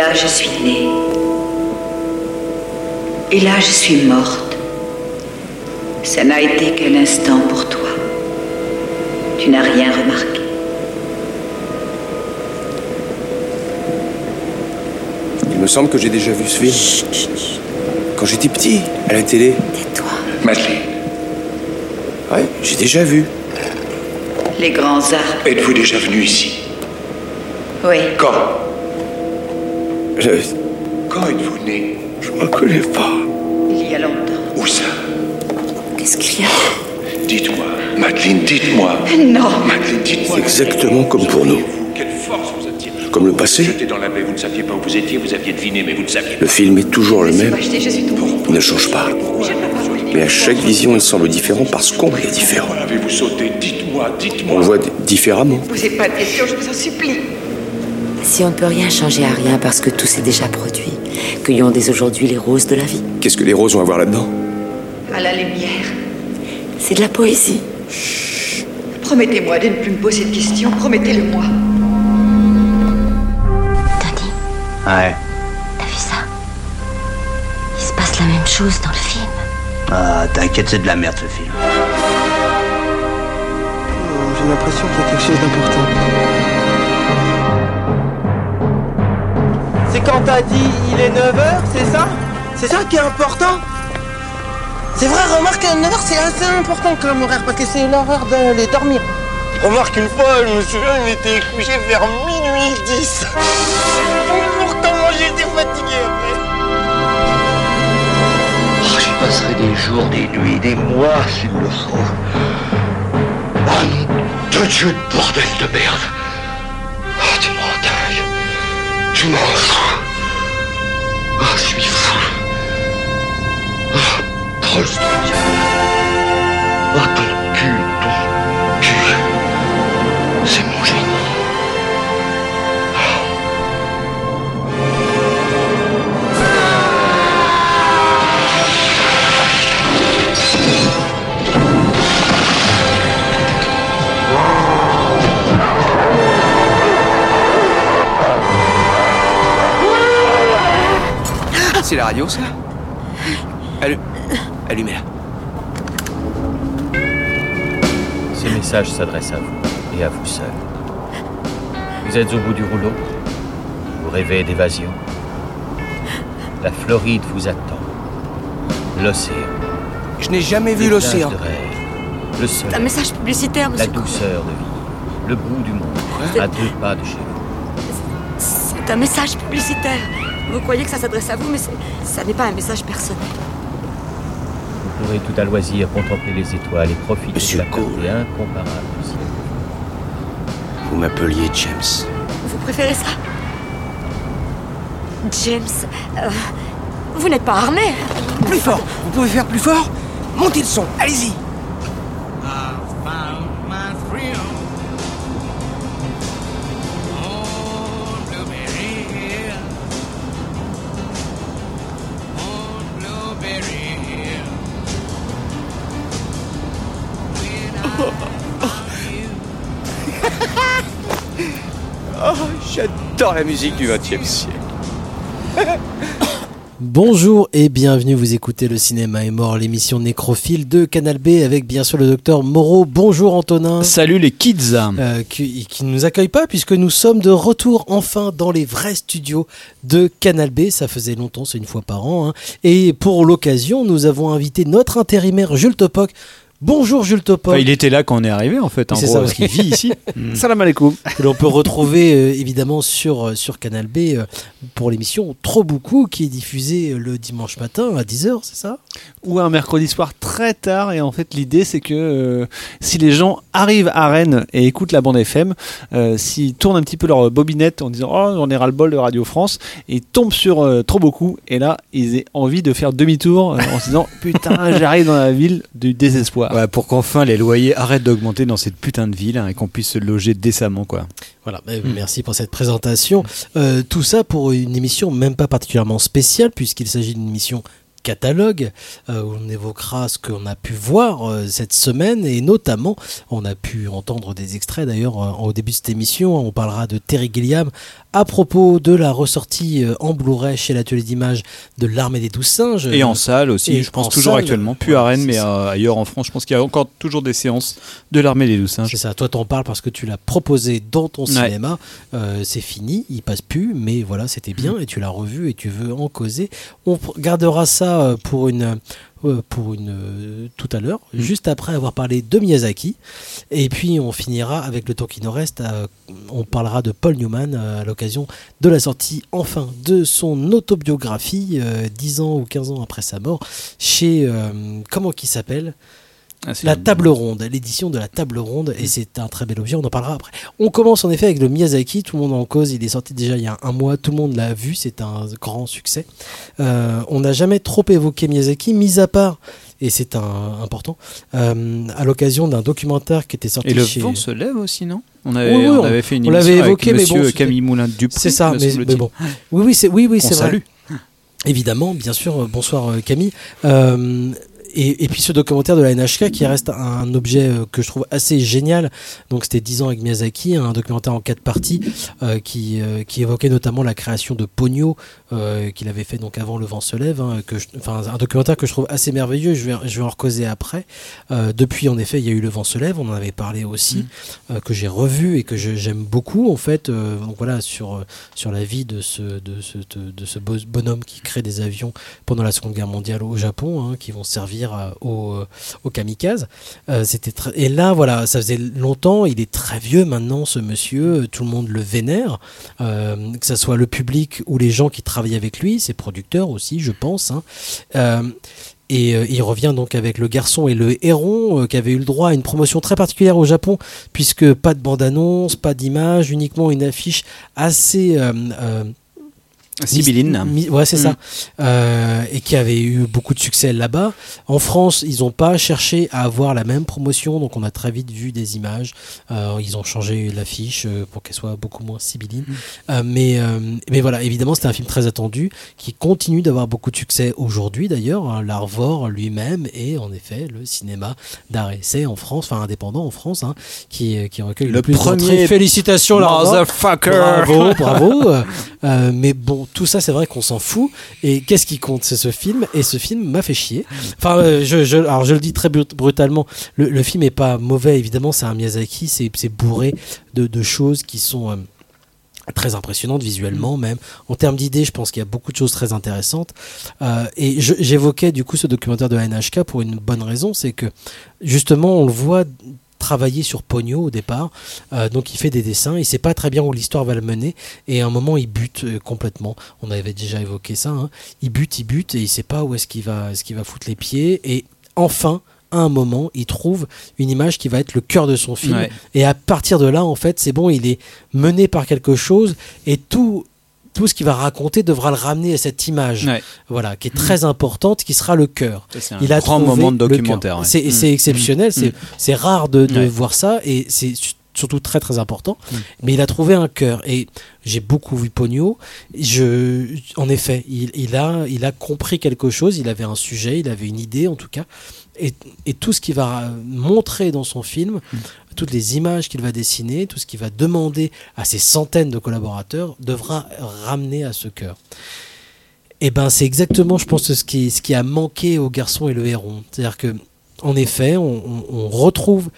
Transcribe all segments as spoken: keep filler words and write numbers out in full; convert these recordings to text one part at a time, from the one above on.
là, je suis née. Et là, je suis morte. Ça n'a été qu'un instant pour toi. Tu n'as rien remarqué. Il me semble que j'ai déjà vu ce film. Chut, chut, chut. Quand j'étais petit, à la télé. Tais-toi. Madeleine, Ouais, j'ai déjà vu. Les grands arbres. êtes-vous déjà venu ici? Oui. Quand? Je... Quand êtes-vous né? Je me reconnais pas. Il y a longtemps. Où ça? Qu'est-ce qu'il y a? Dites-moi, Madeleine, dites-moi. Non. Madeleine, dites-moi. C'est exactement comme pour nous. Quelle force vous attire? Comme le passé. Jeté dans la baie, vous ne saviez pas où vous étiez, vous aviez deviné, mais vous ne saviez pas. Le film est toujours le même. Je suis tombée. Il ne change pas. Mais à chaque vision, il semble différent parce qu'on est différent. Pourquoi avez-vous sauté? Dites-moi, dites-moi. On le voit d- différemment. Ne posez pas de questions, je vous en supplie. Si on ne peut rien changer à rien parce que tout s'est déjà produit, cueillons dès aujourd'hui les roses de la vie. Qu'est-ce que les roses ont à voir là-dedans? À la lumière. C'est de la poésie. Promettez-moi de ne plus me poser de questions. Promettez-le-moi. Tony, Ouais. t'as vu ça? Il se passe la même chose dans le film. Ah, t'inquiète, c'est de la merde ce film. J'ai l'impression qu'il y a quelque chose d'important. C'est quand t'as dit il est neuf heures, c'est ça? C'est ça qui est important? C'est vrai, remarque, neuf heures c'est assez important comme horaire parce que c'est l'horaire d'aller dormir. Remarque, une fois, je me souviens, il était couché vers minuit dix. Pourtant, moi j'étais fatigué après. Oh, j'y passerai des jours, des nuits, des mois s'il le faut. Oh nom de Dieu de bordel de merde. Oh, tu m'en dingue. Tu m'en fous. Oh, je suis fou. Oh, Prost, ton diable. Oh, ton cul, ton cul. C'est mon génie. C'est la radio, ça? Allu- Allumez-la. Ces messages s'adressent à vous et à vous seul. Vous êtes au bout du rouleau. Vous rêvez d'évasion. La Floride vous attend. L'océan. Je n'ai jamais vu Des l'océan. plages de rêve. Le soleil. Un message publicitaire, La monsieur. douceur de vie. Le bout du monde. À deux pas de chez vous. C'est un message publicitaire. Vous croyez que ça s'adresse à vous, mais c'est- ça n'est pas un message personnel. Vous pourrez tout à loisir contempler les étoiles et profiter Monsieur de la Cole. clarté incomparable du ciel. Vous m'appeliez James. Vous préférez ça? James, euh, vous n'êtes pas armé. Plus fort. Vous pouvez faire plus fort? Montez le son, allez-y. Oh, j'adore la musique du vingtième siècle. Bonjour et bienvenue, vous écoutez Le Cinéma est mort, l'émission nécrophile de Canal B avec bien sûr le docteur Moreau. Bonjour Antonin. Salut les kids. Euh, qui, qui ne nous accueille pas puisque nous sommes de retour enfin dans les vrais studios de Canal B. Ça faisait longtemps, c'est une fois par an. Hein. Et pour l'occasion, nous avons invité notre intérimaire Jules Topoc. Bonjour Jules Topoc. Enfin, il était là quand on est arrivé en fait. En c'est gros. ça parce qu'il vit ici. Salam alaikum. Que l'on peut retrouver euh, évidemment sur, sur Canal B euh, pour l'émission Trop Beaucoup qui est diffusée euh, le dimanche matin à dix heures, c'est ça? Ou un mercredi soir très tard. Et en fait, l'idée c'est que euh, si les gens arrivent à Rennes et écoutent la bande F M, euh, s'ils tournent un petit peu leur bobinette en disant oh, on est ras-le-bol de Radio France, et ils tombent sur euh, Trop Beaucoup, et là ils aient envie de faire demi-tour euh, en se disant putain, j'arrive dans la ville du désespoir. Ouais, pour qu'enfin les loyers arrêtent d'augmenter dans cette putain de ville hein, et qu'on puisse se loger décemment, quoi. Voilà, euh, mmh. Merci pour cette présentation. Euh, tout ça pour une émission même pas particulièrement spéciale puisqu'il s'agit d'une émission catalogue euh, où on évoquera ce qu'on a pu voir euh, cette semaine et notamment on a pu entendre des extraits d'ailleurs euh, au début de cette émission. On parlera de Terry Gilliam à propos de la ressortie euh, en Blu-ray chez l'atelier d'image de l'Armée des douze singes. Et en salle aussi, Et je pense en toujours salle, actuellement. Plus à Rennes, mais euh, ailleurs en France. Je pense qu'il y a encore toujours des séances de l'Armée des douze singes. C'est ça, toi t'en parles parce que tu l'as proposé dans ton Ouais. cinéma. Euh, c'est fini, il passe plus, mais voilà, c'était bien et tu l'as revu et tu veux en causer. On pr- gardera ça euh, pour une. euh, pour une euh, tout à l'heure, Mm. juste après avoir parlé de Miyazaki, et puis on finira avec le temps qui nous reste. euh, on parlera de Paul Newman euh, à l'occasion de la sortie enfin de son autobiographie, euh, dix ans ou quinze ans après sa mort, chez euh, comment qui s'appelle Ah, c'est La une- Table Ronde, l'édition de La Table Ronde, et c'est un très bel objet, on en parlera après. On commence en effet avec le Miyazaki, tout le monde en cause, il est sorti déjà il y a un mois, tout le monde l'a vu, c'est un grand succès. Euh, on n'a jamais trop évoqué Miyazaki, mis à part, et c'est un, important, euh, à l'occasion d'un documentaire qui était sorti Et le chez... vent se lève aussi, non on avait, Oui, oui, on on- avait fait une on émission l'avait avec évoqué, mais monsieur bon, c'était- Camille Moulin-Dupré. C'est ça, me mais, semble-t-il. mais bon. Oui, oui, c'est, oui, oui, On c'est vrai. salue. Évidemment, bien sûr. Bonsoir euh, Camille. Euh, et, et puis ce documentaire de la N H K qui reste un, un objet euh, que je trouve assez génial. Donc c'était dix ans avec Miyazaki, un documentaire en quatre parties euh, qui, euh, qui évoquait notamment la création de Ponyo euh, qu'il avait fait donc avant Le Vent se lève. Hein, que je- enfin un documentaire que je trouve assez merveilleux. Je vais, je vais en recauser après. Euh, depuis en effet il y a eu Le Vent se lève, on en avait parlé aussi, Mmh. euh, que j'ai revu et que je- j'aime beaucoup en fait. Euh, donc voilà sur euh, sur la vie de ce de ce de, de ce bo- bonhomme qui crée des avions pendant la Seconde Guerre mondiale au Japon, hein, qui vont servir à- aux, euh, aux kamikazes. Euh, c'était très... Et là, voilà, ça faisait longtemps, il est très vieux maintenant, ce monsieur, tout le monde le vénère, euh, que ce soit le public ou les gens qui travaillent avec lui, ses producteurs aussi, je pense. Hein. Euh, Et euh, il revient donc avec Le Garçon et le Héron, euh, qui avait eu le droit à une promotion très particulière au Japon, puisque pas de bande-annonce, pas d'image, uniquement une affiche assez... euh, euh, Sibylline. Mi- Ouais, c'est Mm. ça. Euh, et qui avait eu beaucoup de succès là-bas. En France, ils n'ont pas cherché à avoir la même promotion, donc on a très vite vu des images. Euh, ils ont changé l'affiche euh, pour qu'elle soit beaucoup moins sibylline. Mm. Euh, mais, euh, mais voilà, évidemment, c'était un film très attendu, qui continue d'avoir beaucoup de succès aujourd'hui d'ailleurs. Hein. L'Arvor lui-même est en effet le cinéma d'art et essai en France, enfin indépendant en France, hein, qui, qui recueille le, Le plus premier d'entrées. Félicitations, l'Arvor. Motherfucker. Bravo, bravo. Euh, euh, mais bon, tout ça, c'est vrai qu'on s'en fout. Et qu'est-ce qui compte? C'est ce film. Et ce film m'a fait chier. Enfin, euh, je, je, alors je le dis très brut- brutalement. Le, le film est pas mauvais, évidemment. C'est un Miyazaki. C'est, c'est bourré de, de choses qui sont euh, très impressionnantes visuellement, même. En termes d'idées, je pense qu'il y a beaucoup de choses très intéressantes. Euh, et je, j'évoquais du coup ce documentaire de la N H K pour une bonne raison. C'est que justement, on le voit travailler sur Ponyo au départ, euh, donc il fait des dessins, il sait pas très bien où l'histoire va le mener, et à un moment il bute euh, complètement. On avait déjà évoqué ça, hein. Il bute, il bute, et il sait pas où est-ce qu'il va, est-ce qu'il va foutre les pieds, et enfin, à un moment, il trouve une image qui va être le cœur de son film, Ouais. et à partir de là, en fait, c'est bon, il est mené par quelque chose, et tout tout ce qu'il va raconter devra le ramener à cette image, Ouais. voilà, qui est très importante, qui sera le cœur. Ça, c'est un Il a grand trouvé moment de le documentaire, cœur. ouais. C'est, Mm. c'est exceptionnel, Mm. c'est, Mm. c'est rare de, de Ouais. voir ça, et c'est su- surtout très très important. Mm. Mais il a trouvé un cœur, et j'ai beaucoup vu Ponyo. Je, en effet, il, il a, il a compris quelque chose. Il avait un sujet, il avait une idée en tout cas, et, et tout ce qu'il va montrer dans son film, Mm. toutes les images qu'il va dessiner, tout ce qu'il va demander à ses centaines de collaborateurs, devra ramener à ce cœur. Et ben, c'est exactement, je pense, ce qui, ce qui a manqué au Garçon et le Héron. C'est-à-dire que, en effet, on, on- on retrouve,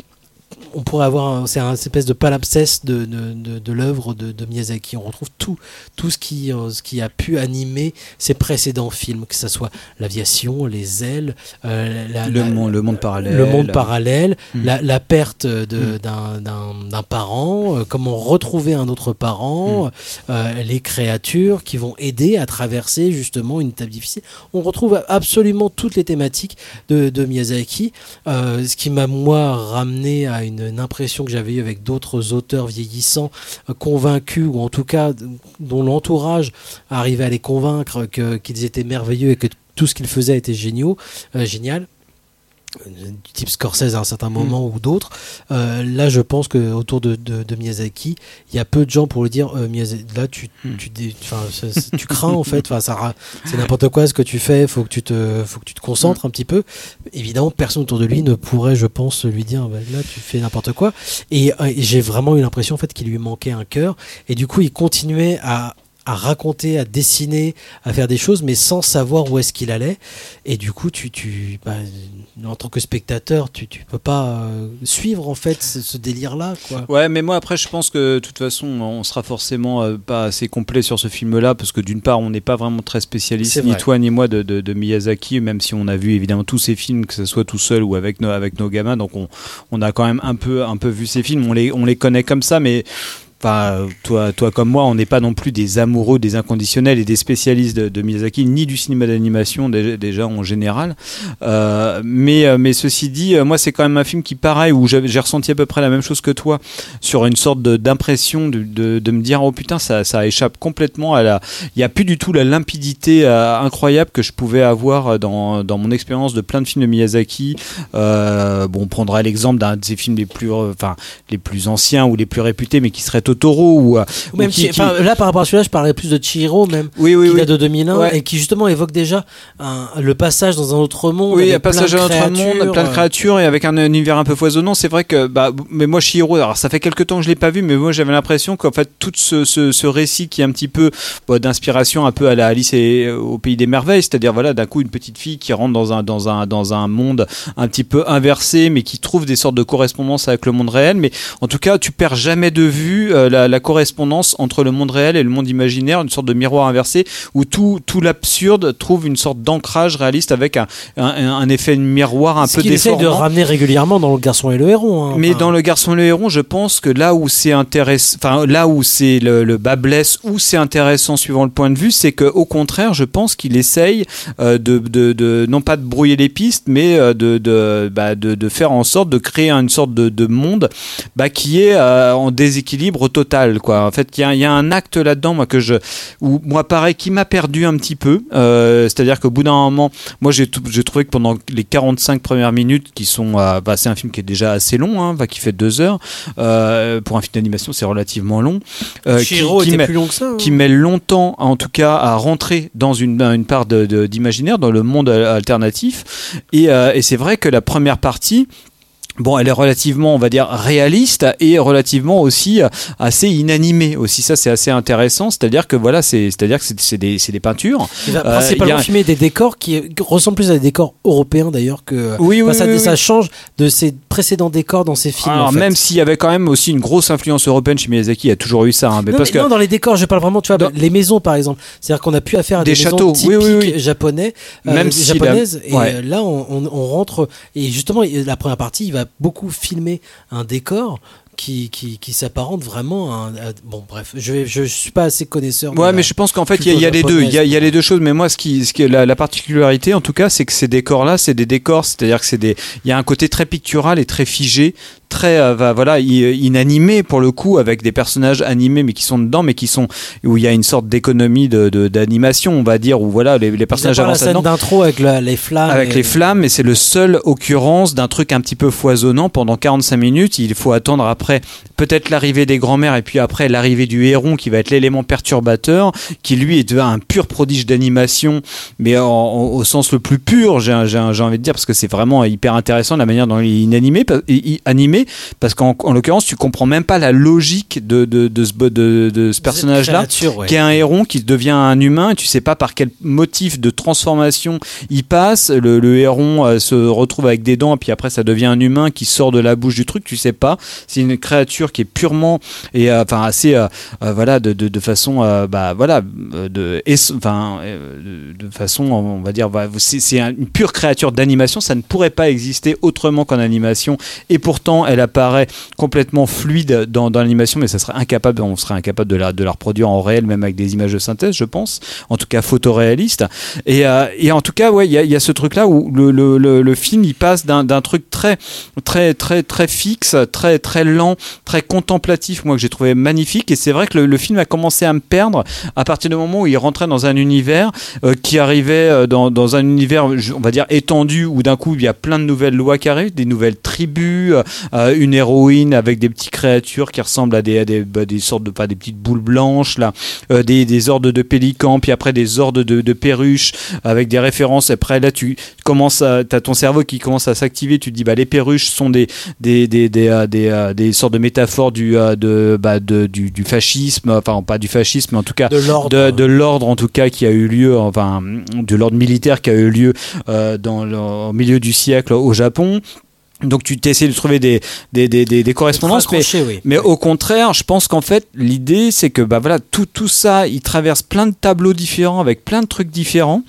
on pourrait avoir, un, c'est un espèce de palimpseste de, de, de, de l'œuvre de, de Miyazaki. On retrouve tout, tout ce qui, euh, ce qui a pu animer ses précédents films, que ce soit l'aviation, les ailes, euh, la- Le, la- monde, le monde parallèle. le monde parallèle, Mm. la, la perte de, Mm. d'un, d'un, d'un parent, euh, comment retrouver un autre parent, Mm. euh, les créatures qui vont aider à traverser justement une étape difficile. On retrouve absolument toutes les thématiques de, de Miyazaki, euh, ce qui m'a moi ramené à une, une impression que j'avais eue avec d'autres auteurs vieillissants, euh, convaincus, ou en tout cas dont l'entourage arrivait à les convaincre que, qu'ils étaient merveilleux et que tout ce qu'ils faisaient était géniaux, euh, génial. du type Scorsese à un certain moment mmh. ou d'autres. Euh, là, je pense que autour de, de, de Miyazaki, il y a peu de gens pour le dire. Euh, Miyazaki, là, tu, mmh. tu, tu, ça, ça, tu crains en fait. Enfin, ça, c'est n'importe quoi ce que tu fais. Faut que tu te, faut que tu te concentres mmh. un petit peu. Évidemment, personne autour de lui ne pourrait, je pense, lui dire bah, là, tu fais n'importe quoi. Et, euh, et j'ai vraiment eu l'impression en fait qu'il lui manquait un cœur. Et du coup, il continuait à à raconter, à dessiner, à faire des choses, mais sans savoir où est-ce qu'il allait. Et du coup, tu, tu, bah, en tant que spectateur, tu, tu peux pas euh, suivre en fait ce, ce délire-là, quoi. Ouais, mais moi après, je pense que de toute façon, on sera forcément euh, pas assez complet sur ce film-là, parce que d'une part, on n'est pas vraiment très spécialiste, ni toi ni moi, de, de, de Miyazaki, même si on a vu évidemment tous ces films, que ce soit tout seul ou avec nos, avec nos gamins. Donc, on, on a quand même un peu, un peu vu ces films. On les, on les connaît comme ça, mais enfin, toi, toi comme moi, on n'est pas non plus des amoureux, des inconditionnels et des spécialistes de, de Miyazaki, ni du cinéma d'animation déjà, déjà en général. Euh, mais, mais ceci dit, moi, c'est quand même un film qui, pareil, où j'ai, j'ai ressenti à peu près la même chose que toi, sur une sorte de, d'impression de, de, de me dire, oh putain, ça, ça échappe complètement à la... Il n'y a plus du tout la limpidité euh, incroyable que je pouvais avoir dans, dans mon expérience de plein de films de Miyazaki. Euh, bon, on prendra l'exemple d'un de ses films les plus, enfin, les plus anciens ou les plus réputés, mais qui serait Totoro ou, ou même ou qui, qui... là par rapport à celui-là je parlais plus de Chihiro même oui, oui, qui oui. date de deux mille un ouais. et qui justement évoque déjà un, le passage dans un autre monde, oui, un passage dans un autre monde, plein de créatures et avec un univers un peu foisonnant. C'est vrai que bah, mais moi Chihiro, alors ça fait quelques temps que je l'ai pas vu, mais moi j'avais l'impression qu'en fait tout ce, ce, ce récit qui est un petit peu bah, d'inspiration un peu à la Alice et au pays des merveilles, c'est-à-dire voilà d'un coup une petite fille qui rentre dans un dans un dans un monde un petit peu inversé mais qui trouve des sortes de correspondances avec le monde réel, mais en tout cas tu perds jamais de vue euh, La, la correspondance entre le monde réel et le monde imaginaire, une sorte de miroir inversé où tout, tout l'absurde trouve une sorte d'ancrage réaliste avec un, un, un effet miroir un Ce peu qu'il déformant. essaie de ramener régulièrement dans Le Garçon et le Héron. Hein, Mais enfin... dans Le Garçon et le Héron, je pense que là où c'est intéressant, enfin là où c'est le, le bas blesse, où c'est intéressant suivant le point de vue, c'est qu'au contraire, je pense qu'il essaye euh, de, de, de, non pas de brouiller les pistes, mais euh, de, de, bah, de, de faire en sorte de créer une sorte de, de monde bah, qui est euh, en déséquilibre total. Quoi. En fait, il y, y a un acte là-dedans, moi que je, où moi pareil, qui m'a perdu un petit peu. Euh, c'est-à-dire qu'au bout d'un moment, moi j'ai, t- j'ai trouvé que pendant les quarante-cinq premières minutes, qui sont, euh, bah, c'est un film qui est déjà assez long, hein, bah, qui fait deux heures. Euh, pour un film d'animation, c'est relativement long. Euh, Chihiro qui, qui était met, plus long que ça. Hein. Qui met longtemps, en tout cas, à rentrer dans une, une part de, de, d'imaginaire, dans le monde alternatif. Et, euh, et c'est vrai que la première partie. Bon, elle est relativement, on va dire, réaliste et relativement aussi assez inanimée aussi. Ça, c'est assez intéressant. C'est-à-dire que voilà, c'est, c'est-à-dire que c'est, c'est des, c'est des peintures. Il va principalement euh, a... filmer des décors qui ressemblent plus à des décors européens d'ailleurs que. Oui, oui, enfin, oui, ça, oui. ça change de ses précédents décors dans ses films. Alors en fait. même s'il y avait quand même aussi une grosse influence européenne chez Miyazaki, il y a toujours eu ça. Hein, mais non, parce mais que non, dans les décors, je parle vraiment, tu vois, dans... les maisons par exemple. C'est-à-dire qu'on a pu affaire à des, des maisons châteaux, typiques oui, oui, oui. japonais, euh, même si japonaises. la... ouais. Et là, on, on, on rentre et justement, la première partie, il va beaucoup filmer un décor qui, qui, qui s'apparente vraiment à un, à, bon bref, je vais, je suis pas assez connaisseur. Ouais, mais je pense qu'en fait il y a, y a les deux, il y a, y a les deux choses. Mais moi, ce qui, ce qui est la, la particularité, en tout cas, c'est que ces décors-là, c'est des décors, c'est-à-dire que c'est des, il y a un côté très pictural et très figé, très euh, voilà inanimé pour le coup, avec des personnages animés mais qui sont dedans, mais qui sont où il y a une sorte d'économie de, de d'animation, on va dire, où voilà les, les personnages avancent dedans. La scène d'intro avec la, les flammes. Avec et... les flammes, et c'est le seul occurrence d'un truc un petit peu foisonnant pendant quarante-cinq minutes. Il faut attendre après peut-être l'arrivée des grands-mères et puis après l'arrivée du héron qui va être l'élément perturbateur, qui lui est un pur prodige d'animation, mais en, en, au sens le plus pur, j'ai, j'ai, j'ai envie de dire, parce que c'est vraiment hyper intéressant la manière dont il est inanimé, animé, parce qu'en en l'occurrence tu comprends même pas la logique de, de, de, ce, de, de ce personnage-là, ouais. qui est un héron qui devient un humain, et tu sais pas par quel motif de transformation il passe. Le, le héron euh, se retrouve avec des dents, et puis après ça devient un humain qui sort de la bouche du truc, tu sais pas. C'est une créature qui est purement et euh, enfin assez euh, euh, voilà de, de, de façon euh, bah voilà de enfin de, de façon on va dire bah, c'est, c'est une pure créature d'animation, ça ne pourrait pas exister autrement qu'en animation, et pourtant elle apparaît complètement fluide dans, dans l'animation, mais ça serait incapable, on serait incapable de la, de la reproduire en réel, même avec des images de synthèse, je pense, en tout cas photoréaliste. Et, euh, et en tout cas ouais il y a, y a ce truc là où le, le, le, le film il passe d'un, d'un truc très très très très fixe, très très lent lent, très contemplatif, moi que j'ai trouvé magnifique. Et c'est vrai que le, le film a commencé à me perdre à partir du moment où il rentrait dans un univers euh, qui arrivait euh, dans, dans un univers, on va dire étendu, où d'un coup il y a plein de nouvelles lois qui arrivent, des nouvelles tribus, euh, une héroïne avec des petites créatures qui ressemblent à des, à des, bah, des sortes de pas des petites boules blanches là, euh, des, des hordes de pélicans, puis après des hordes de, de perruches avec des références. Après là tu commences à, t'as ton cerveau qui commence à s'activer, tu te dis bah les perruches sont des des des des, des, des, euh, des sortes de métaphores du euh, de bah de du, du fascisme, enfin pas du fascisme mais en tout cas de l'ordre, de, de l'ordre en tout cas qui a eu lieu, enfin de l'ordre militaire qui a eu lieu euh, dans le, au milieu du siècle au Japon. Donc tu t'essaies de trouver des des des des, des correspondances, mais oui. mais oui. au contraire, je pense qu'en fait l'idée c'est que bah voilà tout tout ça, il traverse plein de tableaux différents avec plein de trucs différents,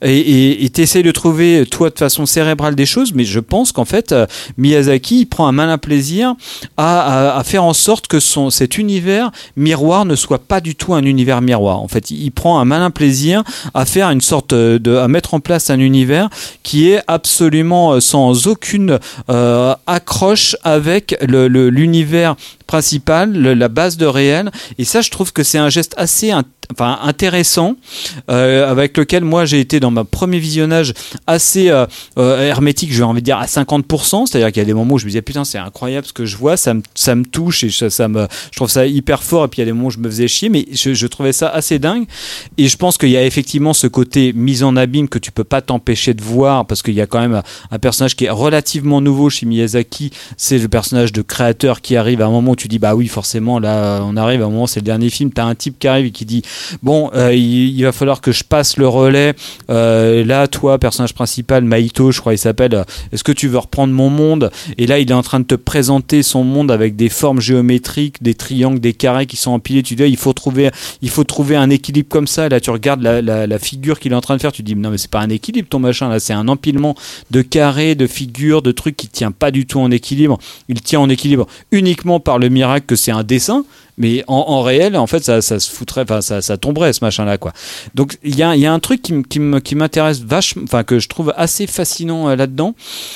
et et t'essaies de trouver toi de façon cérébrale des choses, mais je pense qu'en fait euh, Miyazaki il prend un malin plaisir à, à à faire en sorte que son cet univers miroir ne soit pas du tout un univers miroir. En fait, il, il prend un malin plaisir à faire une sorte de à mettre en place un univers qui est absolument sans aucune euh, Euh, accroche avec le, le, l'univers principal, le, la base de réel, et ça je trouve que c'est un geste assez int- enfin, intéressant euh, avec lequel moi j'ai été dans ma premier visionnage assez euh, euh, hermétique, je vais envie de dire à cinquante pour cent, c'est-à-dire qu'il y a des moments où je me disais putain c'est incroyable ce que je vois, ça me, ça me touche et ça, ça me, je trouve ça hyper fort, et puis il y a des moments où je me faisais chier, mais je, je trouvais ça assez dingue, et je pense qu'il y a effectivement ce côté mise en abîme que tu peux pas t'empêcher de voir, parce qu'il y a quand même un personnage qui est relativement nouveau chez Miyazaki, c'est le personnage de créateur qui arrive à un moment où tu dis bah oui forcément là on arrive à un moment, c'est le dernier film, t'as un type qui arrive et qui dit bon euh, il, il va falloir que je passe le relais, euh, là toi personnage principal Maito je crois il s'appelle, est-ce que tu veux reprendre mon monde, et là il est en train de te présenter son monde avec des formes géométriques, des triangles, des carrés qui sont empilés, tu dis il faut trouver il faut trouver un équilibre comme ça, là tu regardes la, la, la figure qu'il est en train de faire, tu dis non mais c'est pas un équilibre ton machin là, c'est un empilement de carrés, de figures, de trucs qui tient pas du tout en équilibre, il tient en équilibre uniquement par le miracle que c'est un dessin, mais en, en réel en fait ça, ça se foutrait, enfin ça, ça tomberait ce machin là quoi. Donc il y a, y a un truc qui, qui, qui m'intéresse vachement, enfin que je trouve assez fascinant euh, là-dedans,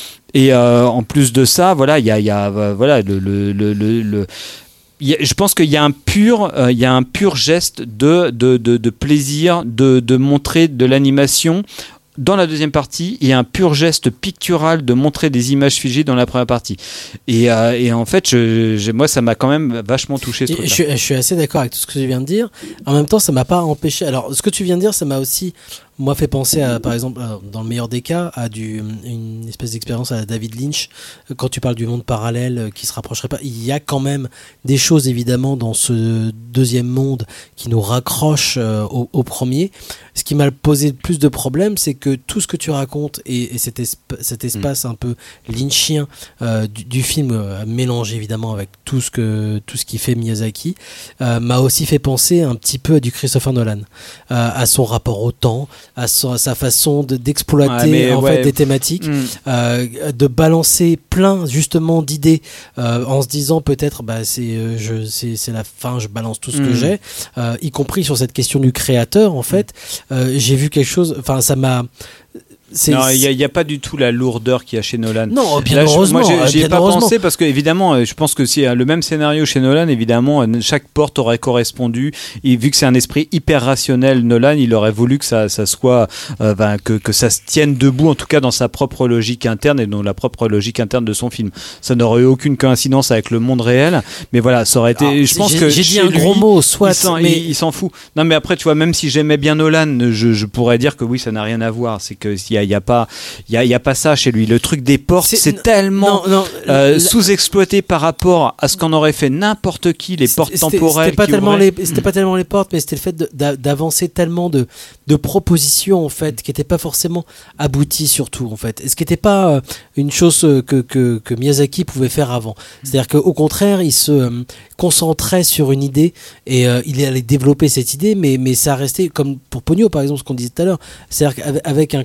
et euh, en plus de ça voilà il y a, y a euh, voilà le, le, le, le, le y a, je pense qu'il y a un pur il euh, y a un pur geste de, de, de, de plaisir de, de montrer de l'animation. Dans la deuxième partie, il y a un pur geste pictural de montrer des images figées dans la première partie. Et, euh, et en fait, je, je, moi, ça m'a quand même vachement touché ce truc-là. Je, je suis assez d'accord avec tout ce que tu viens de dire. En même temps, ça m'a pas empêché. Alors, ce que tu viens de dire, ça m'a aussi, moi, fait penser à, par exemple, dans le meilleur des cas, à du, une espèce d'expérience à David Lynch. Quand tu parles du monde parallèle qui se rapprocherait pas, il y a quand même des choses, évidemment, dans ce deuxième monde qui nous raccrochent euh, au, au premier. Ce qui m'a posé plus de problèmes, c'est que tout ce que tu racontes et, et cet, esp- cet espace mmh. un peu lynchien euh, du, du film, euh, mélangé évidemment avec tout ce que tout ce qui fait Miyazaki, euh, m'a aussi fait penser un petit peu à du Christopher Nolan, euh, à son rapport au temps, à, son, à sa façon de, d'exploiter ah, en ouais. fait des thématiques, mmh. euh, de balancer plein justement d'idées euh, en se disant peut-être bah c'est euh, je c'est, c'est la fin, je balance tout ce mmh. que j'ai, euh, y compris sur cette question du créateur en fait. Mmh. Euh, j'ai vu quelque chose, enfin ça m'a C'est, non, il n'y a, a pas du tout la lourdeur qu'il y a chez Nolan. Non, bien Là, heureusement. Je, moi, j'y ai pas heureusement. pensé parce que, évidemment, je pense que si le même scénario chez Nolan, évidemment, chaque porte aurait correspondu. Et vu que c'est un esprit hyper rationnel, Nolan, il aurait voulu que ça, ça soit, euh, ben, que, que ça se tienne debout, en tout cas dans sa propre logique interne et dans la propre logique interne de son film. Ça n'aurait eu aucune coïncidence avec le monde réel, mais voilà, ça aurait été. Alors, je pense j'ai, que j'ai dit un lui, gros mot, soit. Il s'en, mais... il, il s'en fout. Non, mais après, tu vois, même si j'aimais bien Nolan, je, je pourrais dire que oui, ça n'a rien à voir. C'est que s'il y a, il y a pas. Il n'y a, a pas ça chez lui. Le truc des portes, c'est, c'est tellement non, non, euh, la... sous-exploité par rapport à ce qu'en aurait fait n'importe qui, les portes c'était, temporelles. C'était pas, qui tellement auraient... les, c'était pas tellement les portes, mais c'était le fait de, d'avancer tellement de, de propositions en fait, qui n'étaient pas forcément abouties surtout en fait. Et ce qui n'était pas euh, une chose que, que, que Miyazaki pouvait faire avant. C'est-à-dire qu'au contraire, il se euh, concentrait sur une idée et euh, il allait développer cette idée, mais, mais ça restait comme pour Ponyo par exemple, ce qu'on disait tout à l'heure, c'est-à-dire avec un cœur.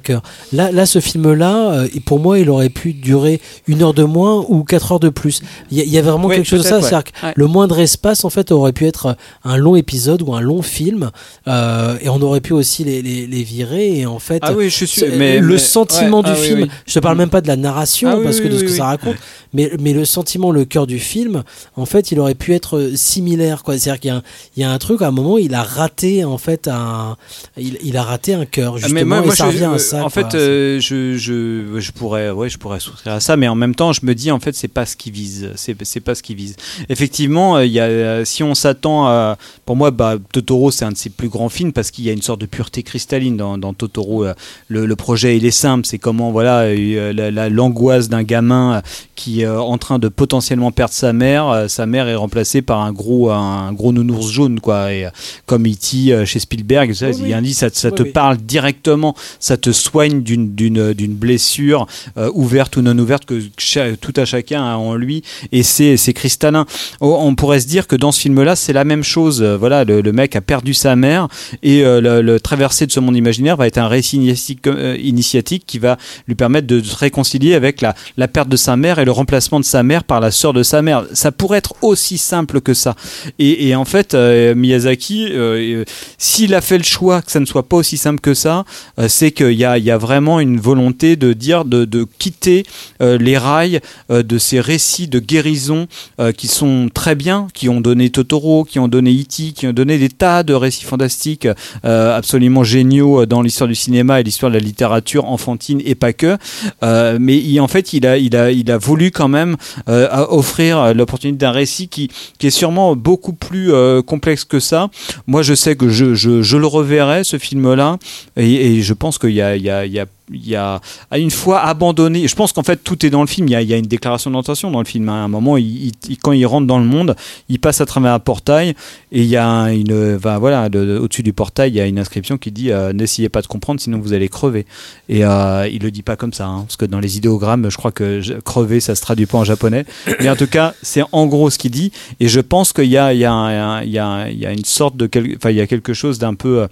Là, là ce film-là, euh, pour moi, il aurait pu durer une heure de moins ou quatre heures de plus. Il y, y a vraiment Oui, quelque chose de ça. ouais. C'est-à-dire que Ouais. le moindre espace, en fait, aurait pu être un long épisode ou un long film, euh, et on aurait pu aussi les, les, les virer. Et en fait, Ah oui, je suis. c'est- Mais le mais- sentiment ouais, du ah oui, film, oui. je te parle même pas de la narration, Ah oui, parce que oui, de ce oui, que oui. ça raconte, mais, mais le sentiment, le cœur du film, en fait, il aurait pu être similaire, quoi. C'est-à-dire qu'il y a un, il y a un truc, à un moment, il a raté, en fait, un, il, il a raté un cœur, justement, Mais moi, moi, et ça je- revient à euh, ça. En quoi. fait, euh, je, je, je pourrais, ouais, je pourrais souscrire à ça, mais en même temps, je me dis, en fait, c'est pas ce qu'il vise. C'est, c'est pas ce qu'il vise. Effectivement, il y a, si on s'attend à, pour moi, bah, Totoro, c'est un de ses plus grands films parce qu'il y a une sorte de pureté cristalline dans, dans Totoro. Le, le projet, il est simple. C'est comment, voilà, euh, la, la, l'angoisse d'un gamin qui est euh, en train de potentiellement perdre sa mère. Euh, sa mère est remplacée par un gros, un gros nounours jaune, quoi. Et euh, comme E T euh, chez Spielberg, ça, Oui, il oui. a dit, ça, ça Oui, te oui. parle directement, ça te soigne d'une, d'une, d'une blessure euh, ouverte ou non ouverte que cha- tout à chacun a en lui, et c'est, c'est cristallin. Oh, on pourrait se dire que dans ce film-là, c'est la même chose. Euh, voilà, le, le mec a perdu sa mère et euh, le, le traversée de ce monde imaginaire va être un récit initiatique, euh, initiatique qui va lui permettre de se réconcilier avec la, la perte de sa mère et le remplacement de sa mère par la sœur de sa mère. Ça pourrait être aussi simple que ça. Et, et en fait, euh, Miyazaki, euh, euh, s'il a fait le choix que ça ne soit pas aussi simple que ça, euh, c'est qu'il y a, il y a vraiment une volonté de dire, de, de quitter euh, les rails euh, de ces récits de guérison euh, qui sont très bien, qui ont donné Totoro, qui ont donné E T, qui ont donné des tas de récits fantastiques euh, absolument géniaux dans l'histoire du cinéma et l'histoire de la littérature enfantine et pas que. Euh, mais il, en fait, il a, il a, il a voulu quand même euh, offrir l'opportunité d'un récit qui, qui est sûrement beaucoup plus euh, complexe que ça. Moi, je sais que je, je, je le reverrai, ce film-là, et, et je pense qu'il y a, il y a, il y a il y a une fois abandonné, je pense qu'en fait tout est dans le film, il y a, il y a une déclaration d'intention dans le film, à un moment il, il, quand il rentre dans le monde, il passe à travers un portail et il y a une, ben voilà, de, de, au-dessus du portail il y a une inscription qui dit euh, n'essayez pas de comprendre sinon vous allez crever, et euh, il le dit pas comme ça, hein, parce que dans les idéogrammes je crois que je, crever ça se traduit pas en japonais, mais en tout cas c'est en gros ce qu'il dit, et je pense qu'il y a, il y a, un, il y a, il y a une sorte de, enfin il y a quelque chose d'un peu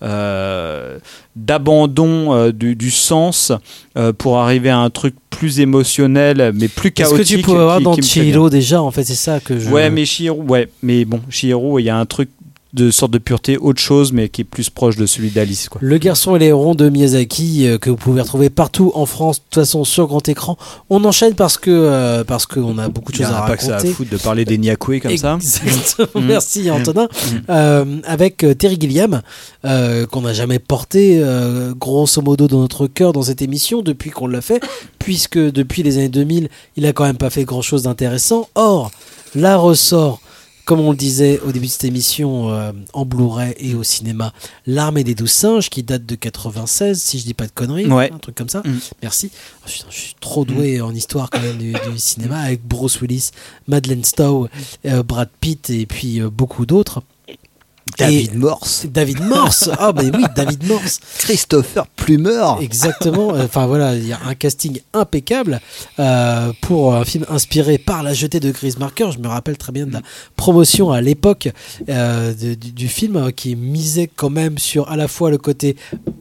euh, d'abandon euh, du, du sens euh, pour arriver à un truc plus émotionnel mais plus chaotique. Est-ce que tu peux avoir qui, dans qui Chihiro déjà, en fait, c'est ça que je... Ouais, mais Chihiro, ouais, mais bon, Chihiro, il y a un truc de sorte de pureté, autre chose, mais qui est plus proche de celui d'Alice, quoi. Le garçon et les hérons de Miyazaki, euh, que vous pouvez retrouver partout en France, de toute façon sur grand écran. On enchaîne parce que euh, parce qu'on a beaucoup de choses à raconter. Il n'y a pas que ça à foutre de parler des Nyakwe comme ça. Exactement, Mm. merci Antonin. Euh, avec euh, Terry Gilliam, euh, qu'on n'a jamais porté euh, grosso modo dans notre cœur dans cette émission depuis qu'on l'a fait, puisque depuis les années deux mille, il a quand même pas fait grand chose d'intéressant. Or, là ressort, comme on le disait au début de cette émission, euh, en Blu-ray et au cinéma, L'Armée des douze singes, qui date de quatre-vingt-seize, si je dis pas de conneries, Ouais. un truc comme ça. Mm. Merci. Oh, putain, je suis trop doué en histoire quand même du, du cinéma, avec Bruce Willis, Madeleine Stowe, euh, Brad Pitt et puis euh, beaucoup d'autres. David Et- Morse. David Morse. Ah ben oui, David Morse. Christopher Plummer. Exactement. Enfin voilà, il y a un casting impeccable euh, pour un film inspiré par La Jetée de Chris Marker. Je me rappelle très bien de la promotion à l'époque euh, de- du, du film, euh, qui misait quand même sur à la fois le côté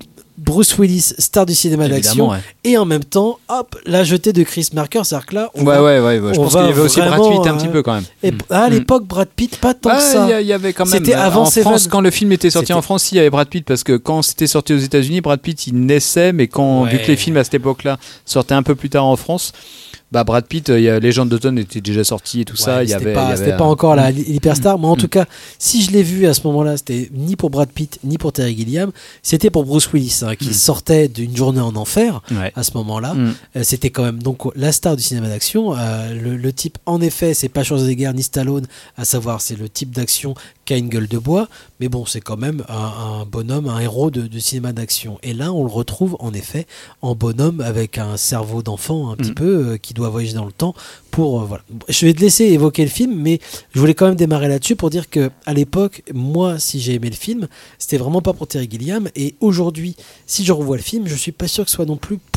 Bruce Willis, star du cinéma d'action, Évidemment, ouais. et en même temps, hop, La Jetée de Chris Marker. C'est-à-dire que là, on Ouais, va- ouais, ouais, ouais. Je on pense va qu'il y avait aussi Brad vraiment, Pitt un petit euh, peu quand même. Et Mm. à l'époque, Brad Pitt, pas tant Ouais, que ça. il y a- il y avait quand même. C'était avant en Seven. France, quand le film était sorti C'était- en France, il y avait Brad Pitt parce que quand c'était sorti aux États-Unis, Brad Pitt il naissait, mais quand Ouais. vu que les films à cette époque-là sortaient un peu plus tard en France, bah Brad Pitt, il y a Légende d'automne était déjà sorti et tout ça. Ouais, Il y c'était avait. pas, il y c'était avait, pas euh, encore la mm. l'hyperstar, mais en Mm. tout cas, si je l'ai vu à ce moment-là, c'était ni pour Brad Pitt ni pour Terry Gilliam, c'était pour Bruce Willis, hein, qui Mm. sortait d'une journée en enfer Ouais. à ce moment-là. Mm. Euh, c'était quand même donc la star du cinéma d'action. Euh, le, le type, en effet, c'est pas Schwarzenegger ni Stallone, à savoir c'est le type d'action qui a une gueule de bois, mais bon, c'est quand même un, un bonhomme, un héros de, de cinéma d'action. Et là, on le retrouve en effet en bonhomme avec un cerveau d'enfant un petit Mm. peu euh, qui doit voyager dans le temps pour euh, voilà. Je vais te laisser évoquer le film, mais je voulais quand même démarrer là-dessus pour dire que à l'époque, moi, si j'ai aimé le film, c'était vraiment pas pour Terry Gilliam, et aujourd'hui, si je revois le film, je suis pas sûr que ce soit non plus pour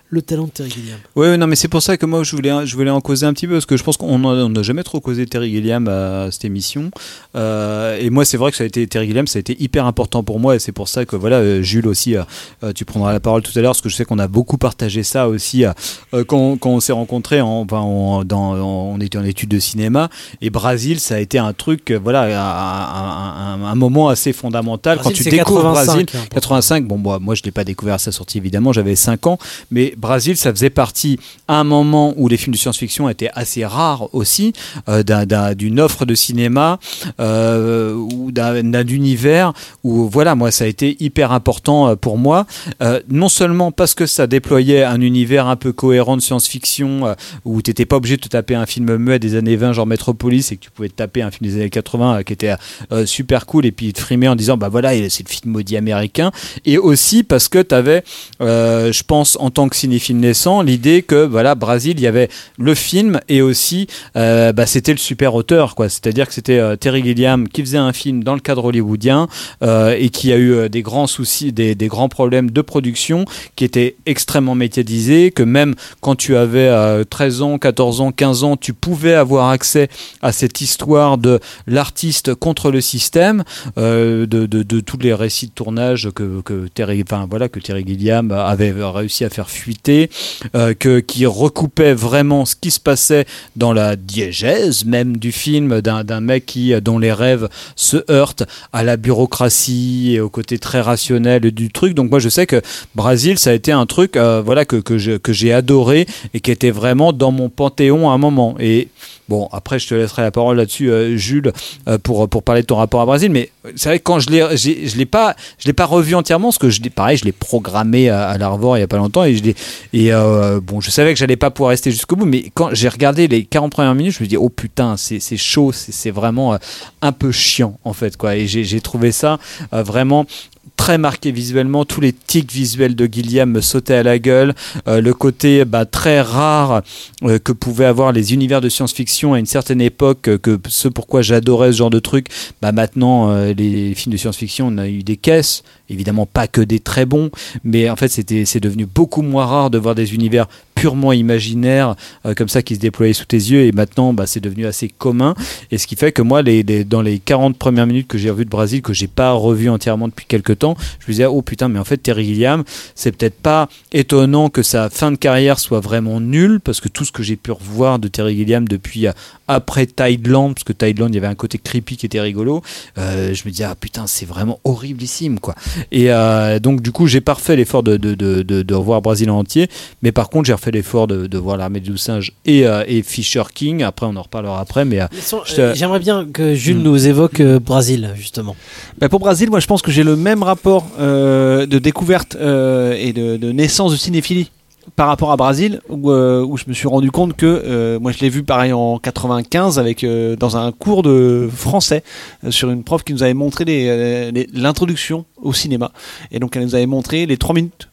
le talent de Terry Gilliam. Oui, non, mais c'est pour ça que moi je voulais, je voulais en causer un petit peu, parce que je pense qu'on n'a jamais trop causé Terry Gilliam à cette émission. Euh, et moi, c'est vrai que ça a été Terry Gilliam, ça a été hyper important pour moi, et c'est pour ça que voilà, euh, Jules aussi, euh, tu prendras la parole tout à l'heure, parce que je sais qu'on a beaucoup partagé ça aussi euh, quand, quand on s'est rencontrés, en, enfin, on, dans, on était en études de cinéma, et Brazil, ça a été un truc, euh, voilà, un, un, un, un moment assez fondamental. Brazil, quand tu découvres Brazil, hein, quatre-vingt-cinq, bon, moi, moi je l'ai pas découvert à sa sortie évidemment, j'avais cinq ans, mais Brazil, ça faisait partie à un moment où les films de science-fiction étaient assez rares aussi, euh, d'un, d'un, d'une offre de cinéma euh, ou d'un, d'un univers où voilà, moi ça a été hyper important pour moi, euh, non seulement parce que ça déployait un univers un peu cohérent de science-fiction euh, où tu n'étais pas obligé de te taper un film muet des années vingt genre Metropolis et que tu pouvais te taper un film des années quatre-vingts euh, qui était euh, super cool et puis te frimer en disant bah voilà, c'est le film maudit américain, et aussi parce que tu avais euh, je pense en tant que cinéphile naissant l'idée que voilà, Brazil, il y avait le film et aussi euh, bah, c'était le super auteur, quoi. C'est-à-dire que c'était euh, Terry Gilliam qui faisait un film dans le cadre hollywoodien euh, et qui a eu euh, des grands soucis, des, des grands problèmes de production, qui étaient extrêmement médiatisés, que même quand tu avais euh, treize ans, quatorze ans, quinze ans, tu pouvais avoir accès à cette histoire de l'artiste contre le système, euh, de, de, de tous les récits de tournage que, que, Terry, enfin, voilà, que Terry Gilliam avait réussi à faire fuiter, euh, que, qui recoupait vraiment ce qui se passait dans la diégèse même du film, d'un, d'un mec qui, dont les rêves se heurtent à la bureaucratie et au côté très rationnel du truc. Donc moi je sais que Brazil, ça a été un truc euh, voilà, que, que, je, que j'ai adoré et qui était vraiment dans mon panthéon à un moment. Et bon, après je te laisserai la parole là-dessus, euh, Jules, euh, pour, pour parler de ton rapport à Brazil, mais c'est vrai que quand je l'ai, j'ai, je l'ai pas, je l'ai pas revu entièrement, parce que je l'ai, pareil, je l'ai programmé à, à l'Arvor il y a pas longtemps, et je l'ai, et euh, bon, je savais que j'allais pas pouvoir rester jusqu'au bout, mais quand j'ai regardé les quarante premières minutes, je me dis oh putain, c'est, c'est chaud, c'est, c'est vraiment euh, un peu chiant en fait, quoi, et j'ai, j'ai trouvé ça euh, vraiment très marqué visuellement. Tous les tics visuels de Gilliam me sautaient à la gueule, euh, le côté bah, très rare euh, que pouvaient avoir les univers de science-fiction à une certaine époque, euh, que ce pourquoi j'adorais ce genre de truc, bah, maintenant euh, les films de science-fiction, on a eu des caisses, évidemment pas que des très bons, mais en fait c'était, c'est devenu beaucoup moins rare de voir des univers purement imaginaires euh, comme ça qui se déployaient sous tes yeux, et maintenant bah, c'est devenu assez commun, et ce qui fait que moi les, les, dans les quarante premières minutes que j'ai revues de Brazil, que j'ai pas revu entièrement depuis quelques temps, je me disais oh putain, mais en fait Terry Gilliam, c'est peut-être pas étonnant que sa fin de carrière soit vraiment nulle, parce que tout ce que j'ai pu revoir de Terry Gilliam depuis euh, après Tideland, parce que Tideland il y avait un côté creepy qui était rigolo, euh, je me disais ah putain, c'est vraiment horriblissime, quoi. Et euh, donc du coup j'ai pas refait l'effort de, de, de, de, de revoir Brazil en entier, mais par contre j'ai refait l'effort de, de voir L'Armée des douze singes et, euh, et Fisher King. Après on en reparlera après, mais euh, sont, te... euh, j'aimerais bien que Jules mmh. nous évoque euh, Brazil justement. Bah pour Brazil, moi je pense que j'ai le même rapport euh, de découverte euh, et de, de naissance de cinéphilie par rapport à Brazil, où, euh, où je me suis rendu compte que euh, moi je l'ai vu pareil en quatre-vingt-quinze avec euh, dans un cours de français euh, sur une prof qui nous avait montré les, les, l'introduction au cinéma, et donc elle nous avait montré les trois minutes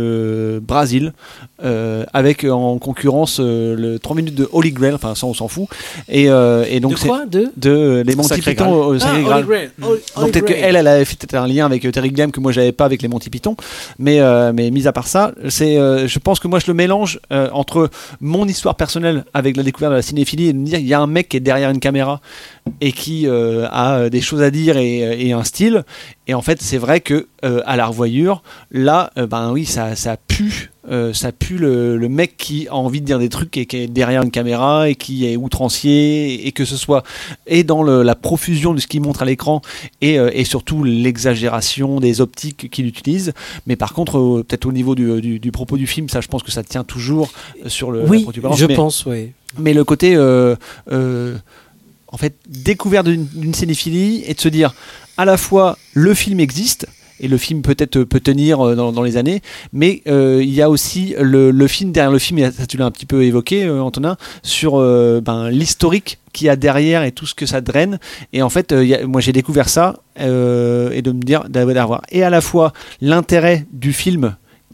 de Brazil euh, avec en concurrence euh, le trois minutes de Holy Grail, enfin ça on s'en fout, et, euh, et donc de quoi c'est de, de les Monty Python au, au Sacré Graal. Donc peut-être qu'elle elle avait fait un lien avec Terry Gilliam que moi j'avais pas avec les Monty Python, mais euh, mais mis à part ça, c'est euh, je pense que moi je le mélange euh, entre mon histoire personnelle avec la découverte de la cinéphilie et de me dire il y a un mec qui est derrière une caméra et qui euh, a des choses à dire et, et un style, et en fait c'est vrai que euh, à la revoyure là euh, ben oui ça ça pue euh, ça pue le, le mec qui a envie de dire des trucs et qui est derrière une caméra et qui est outrancier, et que ce soit et dans le, la profusion de ce qu'il montre à l'écran et, euh, et surtout l'exagération des optiques qu'il utilise, mais par contre euh, peut-être au niveau du, du, du propos du film, ça je pense que ça tient toujours sur le oui la je mais, pense oui mais le côté euh, euh, en fait découverte d'une, d'une cinéphilie, et de se dire à la fois le film existe et le film peut-être peut tenir dans, dans les années, mais euh, il y a aussi le, le film derrière le film, et ça tu l'as un petit peu évoqué euh, Antonin, sur euh, ben, l'historique qu'il y a derrière et tout ce que ça draine, et en fait euh, y a, moi j'ai découvert ça euh, et de me dire d'avoir et à la fois l'intérêt du film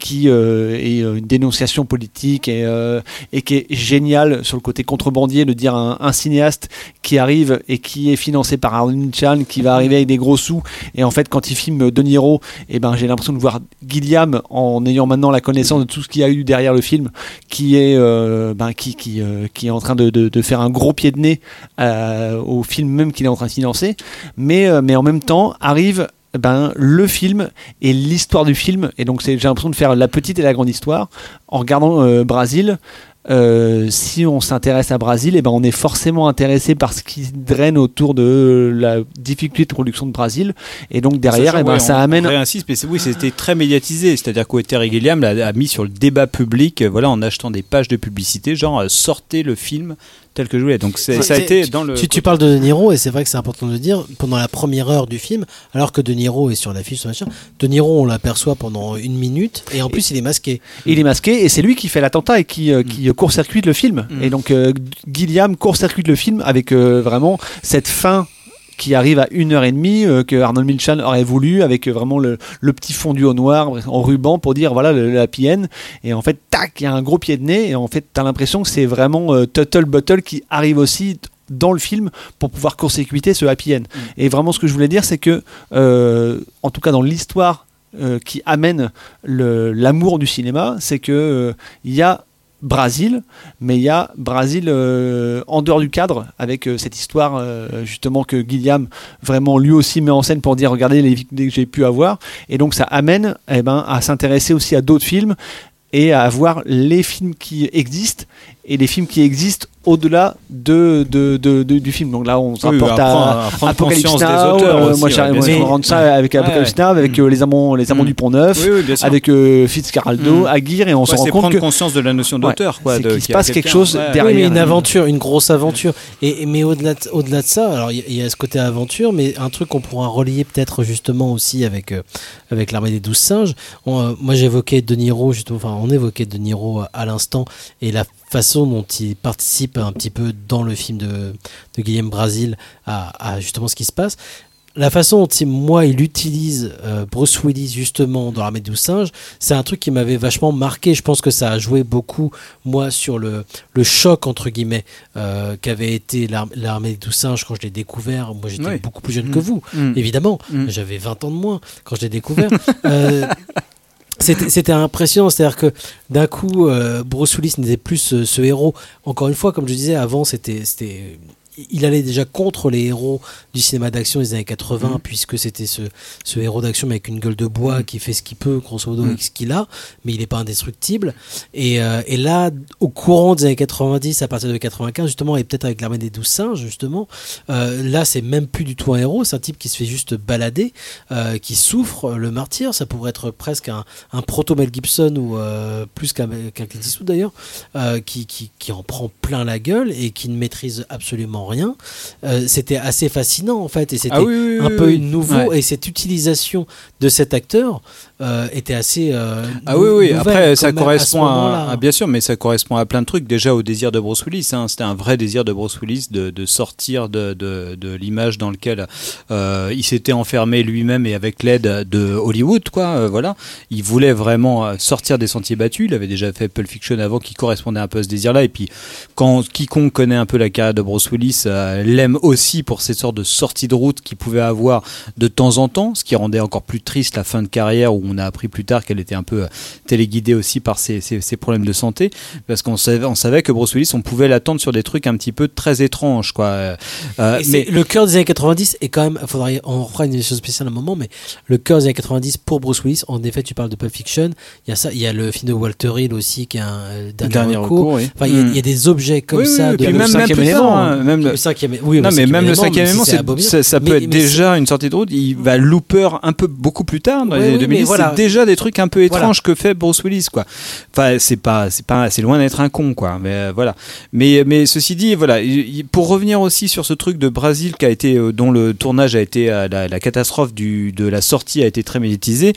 qui euh, est une dénonciation politique et, euh, et qui est génial sur le côté contrebandier de dire un, un cinéaste qui arrive et qui est financé par Arnold Chan, qui va arriver avec des gros sous, et en fait quand il filme De Niro, et ben j'ai l'impression de voir Gilliam, en ayant maintenant la connaissance de tout ce qu'il y a eu derrière le film, qui est euh, ben, qui, qui, euh, qui est en train de, de, de faire un gros pied de nez euh, au film même qu'il est en train de financer, mais, euh, mais en même temps arrive ben, le film et l'histoire du film, et donc c'est, j'ai l'impression de faire la petite et la grande histoire en regardant euh, Brésil. Euh, si on s'intéresse à Brésil, et ben on est forcément intéressé par ce qui draine autour de la difficulté de production de Brésil, et donc derrière, et ben ouais, ça on, amène. On réinsiste, mais c'est, oui, c'était très médiatisé, c'est-à-dire que Terry Gilliam l'a a mis sur le débat public, voilà, en achetant des pages de publicité, genre euh, sortez le film tel que je voulais. Donc c'est, ça a été dans le. Tu, tu parles de De Niro, et c'est vrai que c'est important de le dire, pendant la première heure du film, alors que De Niro est sur l'affiche, sur machin, De Niro on l'aperçoit pendant une minute, et en plus il est masqué. Il est masqué, et c'est lui qui fait l'attentat et qui, euh, qui court-circuite le film. Mm. Et donc euh, Gilliam court-circuite le film avec euh, vraiment cette fin qui arrive à une heure et demie euh, que Arnold Milchan aurait voulu, avec euh, vraiment le, le petit fondu au noir en ruban pour dire voilà le, le happy end, et en fait tac, il y a un gros pied de nez, et en fait t'as l'impression que c'est vraiment euh, Tuttle Buttle qui arrive aussi dans le film pour pouvoir court-circuiter ce happy end. Mm. Et vraiment ce que je voulais dire, c'est que euh, en tout cas dans l'histoire euh, qui amène le, l'amour du cinéma, c'est que euh, il y a Brésil, mais il y a Brésil euh, en dehors du cadre, avec euh, cette histoire euh, justement que Gilliam vraiment lui aussi met en scène pour dire regardez les idées que j'ai pu avoir, et donc ça amène eh ben, à s'intéresser aussi à d'autres films et à voir les films qui existent et les films qui existent au-delà de, de, de, de, du film. Donc là, on se rapporte oui, à, à Apocalypse Now. Euh, moi, ouais, moi on rentre ça ouais. avec Apocalypse Now, avec mmh. euh, les amants, les amants mmh. du Pont Neuf, oui, oui, avec euh, Fitzcarraldo, mmh. Aguirre, et on ouais, se rend compte prendre que conscience de la notion d'auteur, ouais, quoi, c'est de, qu'il se passe quelque chose ouais. derrière. Oui, mais une aventure, une grosse aventure. Et, et mais au-delà de, au-delà de ça, alors il y, y a ce côté aventure, mais un truc qu'on pourra relier peut-être justement aussi avec euh, avec l'Armée des douze singes. On, euh, moi, j'évoquais De Niro, justement, enfin, on évoquait De Niro à l'instant, et la façon dont il participe un petit peu dans le film de, de Guillaume Brésil à, à justement ce qui se passe. La façon dont il, moi il utilise euh, Bruce Willis justement dans l'Armée des douze singes, c'est un truc qui m'avait vachement marqué. Je pense que ça a joué beaucoup moi sur le, le choc entre guillemets euh, qu'avait été l'Armée, l'Armée des douze singes quand je l'ai découvert. Moi j'étais oui. beaucoup plus jeune mmh. que vous, mmh. évidemment. Mmh. J'avais vingt ans de moins quand je l'ai découvert. euh, C'était, c'était impressionnant, c'est-à-dire que d'un coup, euh, Bruce Willis n'était plus ce, ce héros. Encore une fois, comme je disais avant, c'était, c'était, il allait déjà contre les héros du cinéma d'action des années quatre-vingts, mmh. puisque c'était ce, ce héros d'action mais avec une gueule de bois mmh. qui fait ce qu'il peut, grosso modo, mmh. avec ce qu'il a, mais il n'est pas indestructible. Et, euh, et là, au courant des années quatre-vingt-dix, à partir de quatre-vingt-quinze, justement, et peut-être avec l'Armée des douze singes, justement, euh, là, c'est même plus du tout un héros, c'est un type qui se fait juste balader, euh, qui souffre le martyr. Ça pourrait être presque un, un proto-Mel Gibson, ou euh, plus qu'un, qu'un Clint Eastwood d'ailleurs, euh, qui, qui, qui en prend plein la gueule et qui ne maîtrise absolument rien. Euh, c'était assez fascinant en fait, et c'était ah oui, oui, un oui, peu oui. nouveau, ouais. et cette utilisation de cet acteur euh, était assez euh, ah oui oui après ça correspond à, à, à bien sûr, mais ça correspond à plein de trucs. Déjà au désir de Bruce Willis, hein, c'était un vrai désir de Bruce Willis de, de sortir de, de, de l'image dans laquelle euh, il s'était enfermé lui-même et avec l'aide de Hollywood, quoi. Euh, voilà, il voulait vraiment sortir des sentiers battus. Il avait déjà fait Pulp Fiction avant, qui correspondait un peu à ce désir-là, et puis quand quiconque connaît un peu la carrière de Bruce Willis euh, l'aime aussi pour ces sortes de sorties de route qu'il pouvait avoir de temps en temps, ce qui rendait encore plus triste la fin de carrière, où on a appris plus tard qu'elle était un peu téléguidée aussi par ses, ses, ses problèmes de santé, parce qu'on savait, on savait que Bruce Willis, on pouvait l'attendre sur des trucs un petit peu très étranges, quoi. Euh, mais le cœur des années quatre-vingt-dix est quand même, faudrait, on fera une émission spéciale à un moment, mais le cœur des années quatre-vingt-dix pour Bruce Willis, en effet, tu parles de Pulp Fiction, il y a ça, il y a le film de Walter Hill aussi qui est un euh, dernier, dernier recours, recours oui. Enfin, il y, mm. y a des objets comme oui, ça, oui, de même, même plus tard, hein, même le cinquième, oui, non, mais même le cinquième élément, c'est, ça, ça peut mais, être mais déjà c'est... une sortie de route. Il va Looper un peu beaucoup plus tard dans oui, les années oui, deux mille dix. Voilà. C'est déjà des trucs un peu étranges voilà. que fait Bruce Willis, quoi. Enfin, c'est pas, c'est pas, c'est loin d'être un con, quoi. Mais euh, voilà. Mais, mais ceci dit, voilà. Pour revenir aussi sur ce truc de Brésil qui a été, euh, dont le tournage a été, euh, la, la catastrophe du, de la sortie a été très médiatisée.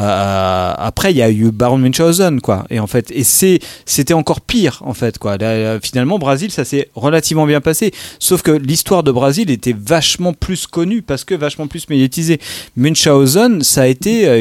Euh, après, il y a eu Baron Munchausen, quoi. Et en fait, et c'est, c'était encore pire, en fait, quoi. Là, finalement, Brésil, ça s'est relativement bien passé. Sauf que l'histoire de Brésil était vachement plus connue parce que vachement plus médiatisée. Munchausen, ça a été une catastrophe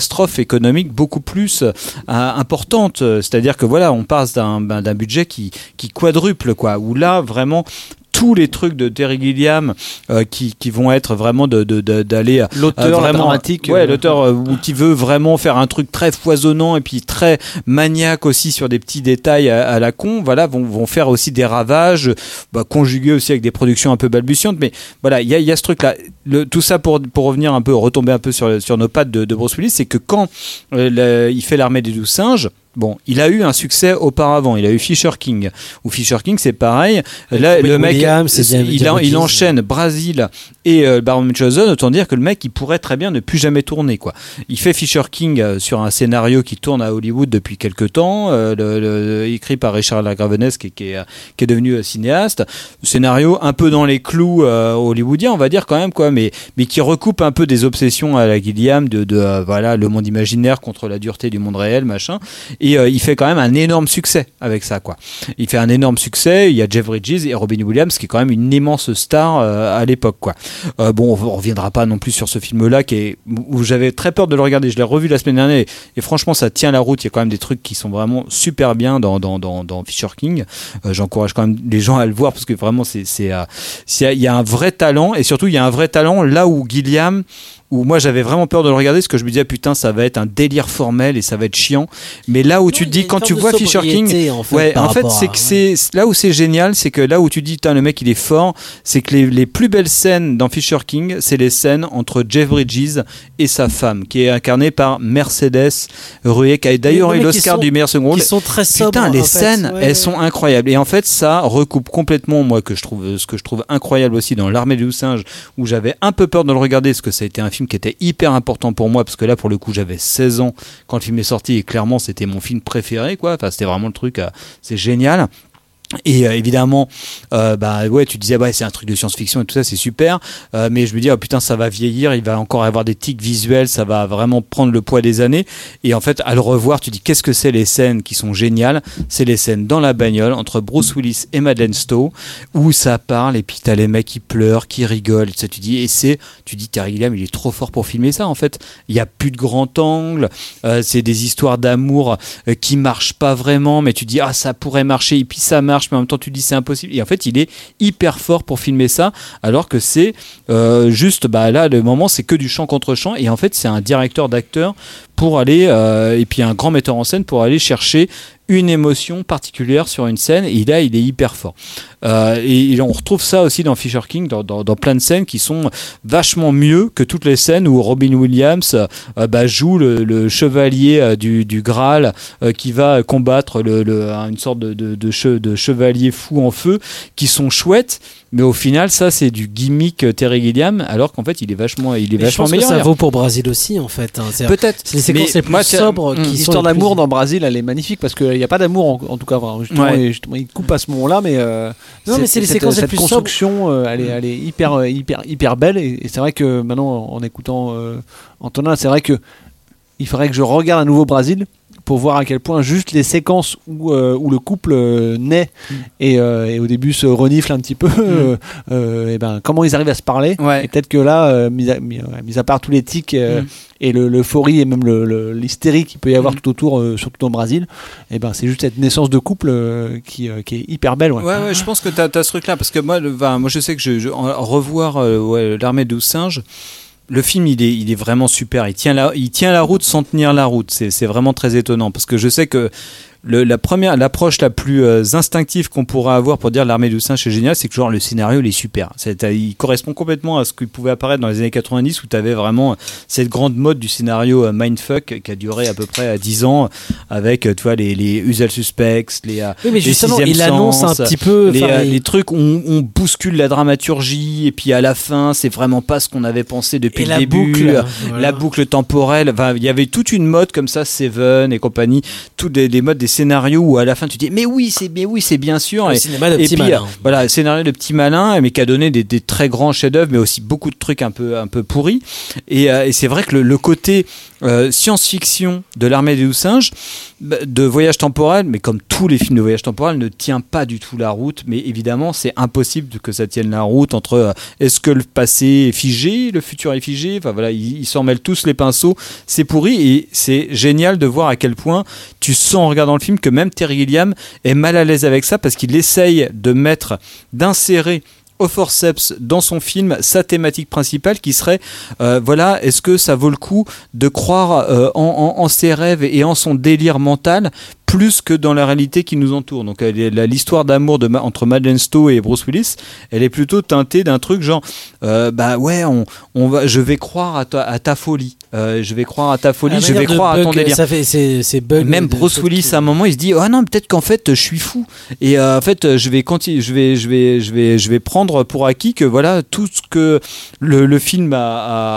catastrophe économique beaucoup plus euh, importante. C'est-à-dire que voilà, on passe d'un, d'un budget qui, qui quadruple, quoi. Où là, vraiment, tous les trucs de Terry Gilliam euh, qui, qui vont être vraiment de, de, de, d'aller l'auteur euh, vraiment, dramatique ouais euh, l'auteur euh, qui veut vraiment faire un truc très foisonnant et puis très maniaque aussi sur des petits détails à, à la con, voilà, vont, vont faire aussi des ravages, bah, conjugués aussi avec des productions un peu balbutiantes, mais voilà, il y a, y a ce truc là, le, tout ça pour, pour revenir un peu, retomber un peu sur, sur nos pattes de, de Bruce Willis, c'est que quand euh, le, il fait l'Armée des douze singes, bon, il a eu un succès auparavant. Il a eu Fisher King. Ou Fisher King, c'est pareil. Là, le mec, Williams, il, a, il enchaîne Brazil et euh, Baron Munchausen. Autant dire que le mec, il pourrait très bien ne plus jamais tourner, quoi. Il fait Fisher King euh, sur un scénario qui tourne à Hollywood depuis quelques temps, euh, le, le, écrit par Richard Lagravenesse, qui, qui, est, qui est devenu euh, cinéaste. Le scénario un peu dans les clous euh, hollywoodiens, on va dire quand même, quoi, mais, mais qui recoupe un peu des obsessions à la Gilliam de, de euh, voilà, le monde imaginaire contre la dureté du monde réel, machin. Et euh, il fait quand même un énorme succès avec ça, quoi. Il fait un énorme succès. Il y a Jeff Bridges et Robin Williams, qui est quand même une immense star euh, à l'époque, quoi. Euh, bon, on, on reviendra pas non plus sur ce film-là, qui est, où j'avais très peur de le regarder. Je l'ai revu la semaine dernière et, et franchement, ça tient la route. Il y a quand même des trucs qui sont vraiment super bien dans dans dans, dans Fisher King. Euh, j'encourage quand même les gens à le voir parce que vraiment, c'est c'est euh, c'est il y a un vrai talent, et surtout il y a un vrai talent là où Gilliam, où moi j'avais vraiment peur de le regarder parce que je me disais putain, ça va être un délire formel et ça va être chiant, mais là où non, tu te dis quand tu vois Fisher King, en fait, ouais, en fait c'est à... que c'est là où c'est génial, c'est que là où tu te dis putain, le mec il est fort, c'est que les, les plus belles scènes dans Fisher King, c'est les scènes entre Jeff Bridges et sa femme, qui est incarnée par Mercedes Ruehl, qui a d'ailleurs eu l'Oscar sont, du meilleur second rôle. Qui sont très sobres, putain, les fait, scènes ouais, elles ouais. sont incroyables, et en fait ça recoupe complètement, moi, que je trouve ce que je trouve incroyable aussi dans l'Armée des douze singes, où j'avais un peu peur de le regarder parce que ça a été un film qui était hyper important pour moi, parce que là pour le coup j'avais seize ans quand le film est sorti et clairement c'était mon film préféré, quoi. Enfin, c'était vraiment le truc, euh, c'est génial. Et euh, évidemment, euh, bah ouais, tu disais bah c'est un truc de science-fiction et tout ça, c'est super. Euh, mais je me dis oh putain, ça va vieillir, il va encore avoir des tics visuels, ça va vraiment prendre le poids des années. Et en fait, à le revoir, tu dis qu'est-ce que c'est les scènes qui sont géniales. C'est les scènes dans la bagnole entre Bruce Willis et Madeleine Stowe où ça parle et puis t'as les mecs qui pleurent, qui rigolent. Et ça, tu dis et c'est, tu dis Terry Gilliam, il est trop fort pour filmer ça. En fait, il y a plus de grand angle. Euh, c'est des histoires d'amour euh, qui marchent pas vraiment, mais tu dis ah ça pourrait marcher et puis ça marche. Mais en même temps tu dis c'est impossible, et en fait il est hyper fort pour filmer ça, alors que c'est euh, juste bah là le moment c'est que du chant contre chant, et en fait c'est un directeur d'acteurs pour aller euh, et puis un grand metteur en scène pour aller chercher une émotion particulière sur une scène, et là il est hyper fort. Euh, et, et on retrouve ça aussi dans Fisher King, dans, dans, dans plein de scènes qui sont vachement mieux que toutes les scènes où Robin Williams euh, bah, joue le, le chevalier euh, du, du Graal euh, qui va combattre le, le, une sorte de, de, de, che, de chevalier fou en feu, qui sont chouettes, mais au final ça c'est du gimmick Terry Gilliam, alors qu'en fait il est vachement, il est mais vachement je pense meilleur. Que ça vaut pour Brésil aussi en fait. Hein. C'est peut-être. C'est les séquences les plus moi, sobres mmh, qui l'histoire sont d'amour plus... dans Brésil, elle est magnifique parce qu'il n'y a pas d'amour en, en tout cas. Justement, ouais. et justement, il coupe à ce moment-là, mais euh, non, mais c'est les cette, séquences cette les plus construction, euh, elle, est, elle est hyper, hyper, hyper belle. Et, et c'est vrai que maintenant, en écoutant euh, Antonin, c'est vrai que il faudrait que je regarde à nouveau Brésil pour voir à quel point juste les séquences où, euh, où le couple euh, naît mm. et, euh, et au début se renifle un petit peu, mm. euh, euh, et ben comment ils arrivent à se parler. Ouais. Et peut-être que là, euh, mis, à, mis, mis à part tous les tics euh, mm. et le, l'euphorie et même le, le, l'hystérie qu'il peut y avoir mm. tout autour, euh, surtout au Brésil, et ben c'est juste cette naissance de couple euh, qui, euh, qui est hyper belle. Ouais, ouais, ouais je pense que t'as, t'as ce truc-là, parce que moi, le, ben, moi je sais que je, je en revoir euh, ouais, l'Armée des douze singes. Le film, il est, il est vraiment super. Il tient la, il tient la route sans tenir la route. C'est, c'est vraiment très étonnant, parce que je sais que le, la première, l'approche la plus euh, instinctive qu'on pourra avoir pour dire l'Armée des douze singes c'est génial, c'est que genre le scénario il est super. C'est, il correspond complètement à ce qui pouvait apparaître dans les années quatre-vingt-dix, où tu avais vraiment cette grande mode du scénario euh, mindfuck qui a duré à peu près à dix ans, avec tu vois les, les Usual Suspects, les oui, mais justement, les il annonce un petit peu les, euh, les, les trucs où on, on bouscule la dramaturgie, et puis à la fin c'est vraiment pas ce qu'on avait pensé depuis et le la début. Boucle, la voilà. boucle temporelle. Enfin, il y avait toute une mode comme ça, Seven et compagnie, tous les, les modes des scénarios où à la fin tu dis mais oui c'est mais oui c'est bien sûr. Le et, cinéma de et petit puis malin. voilà, scénario de petit malin, mais qui a donné des, des très grands chefs-d'œuvre, mais aussi beaucoup de trucs un peu un peu pourris. Et, euh, et c'est vrai que le, le côté euh, science-fiction de l'Armée des douze singes, de voyage temporel, mais comme tous les films de voyage temporel, ne tient pas du tout la route. Mais évidemment, c'est impossible que ça tienne la route entre euh, est-ce que le passé est figé, le futur est figé. Enfin voilà, ils, ils s'en mêlent tous les pinceaux. C'est pourri et c'est génial de voir à quel point tu sens en regardant le film que même Terry Gilliam est mal à l'aise avec ça parce qu'il essaye de mettre, d'insérer au forceps dans son film sa thématique principale qui serait euh, voilà, est-ce que ça vaut le coup de croire euh, en, en, en ses rêves et en son délire mental plus que dans la réalité qui nous entoure. Donc l'histoire d'amour de, entre Madeleine Stowe et Bruce Willis, elle est plutôt teintée d'un truc genre euh, bah ouais on, on va, je vais croire à ta, à ta folie euh, je vais croire à ta folie, je vais croire bug, à ton délire. Ça fait, c'est, c'est bug même de, Bruce de, Willis de... à un moment il se dit ah oh non peut-être qu'en fait je suis fou et euh, en fait je vais continuer, je vais je vais je vais je vais prendre pour acquis que voilà tout ce que le, le film a,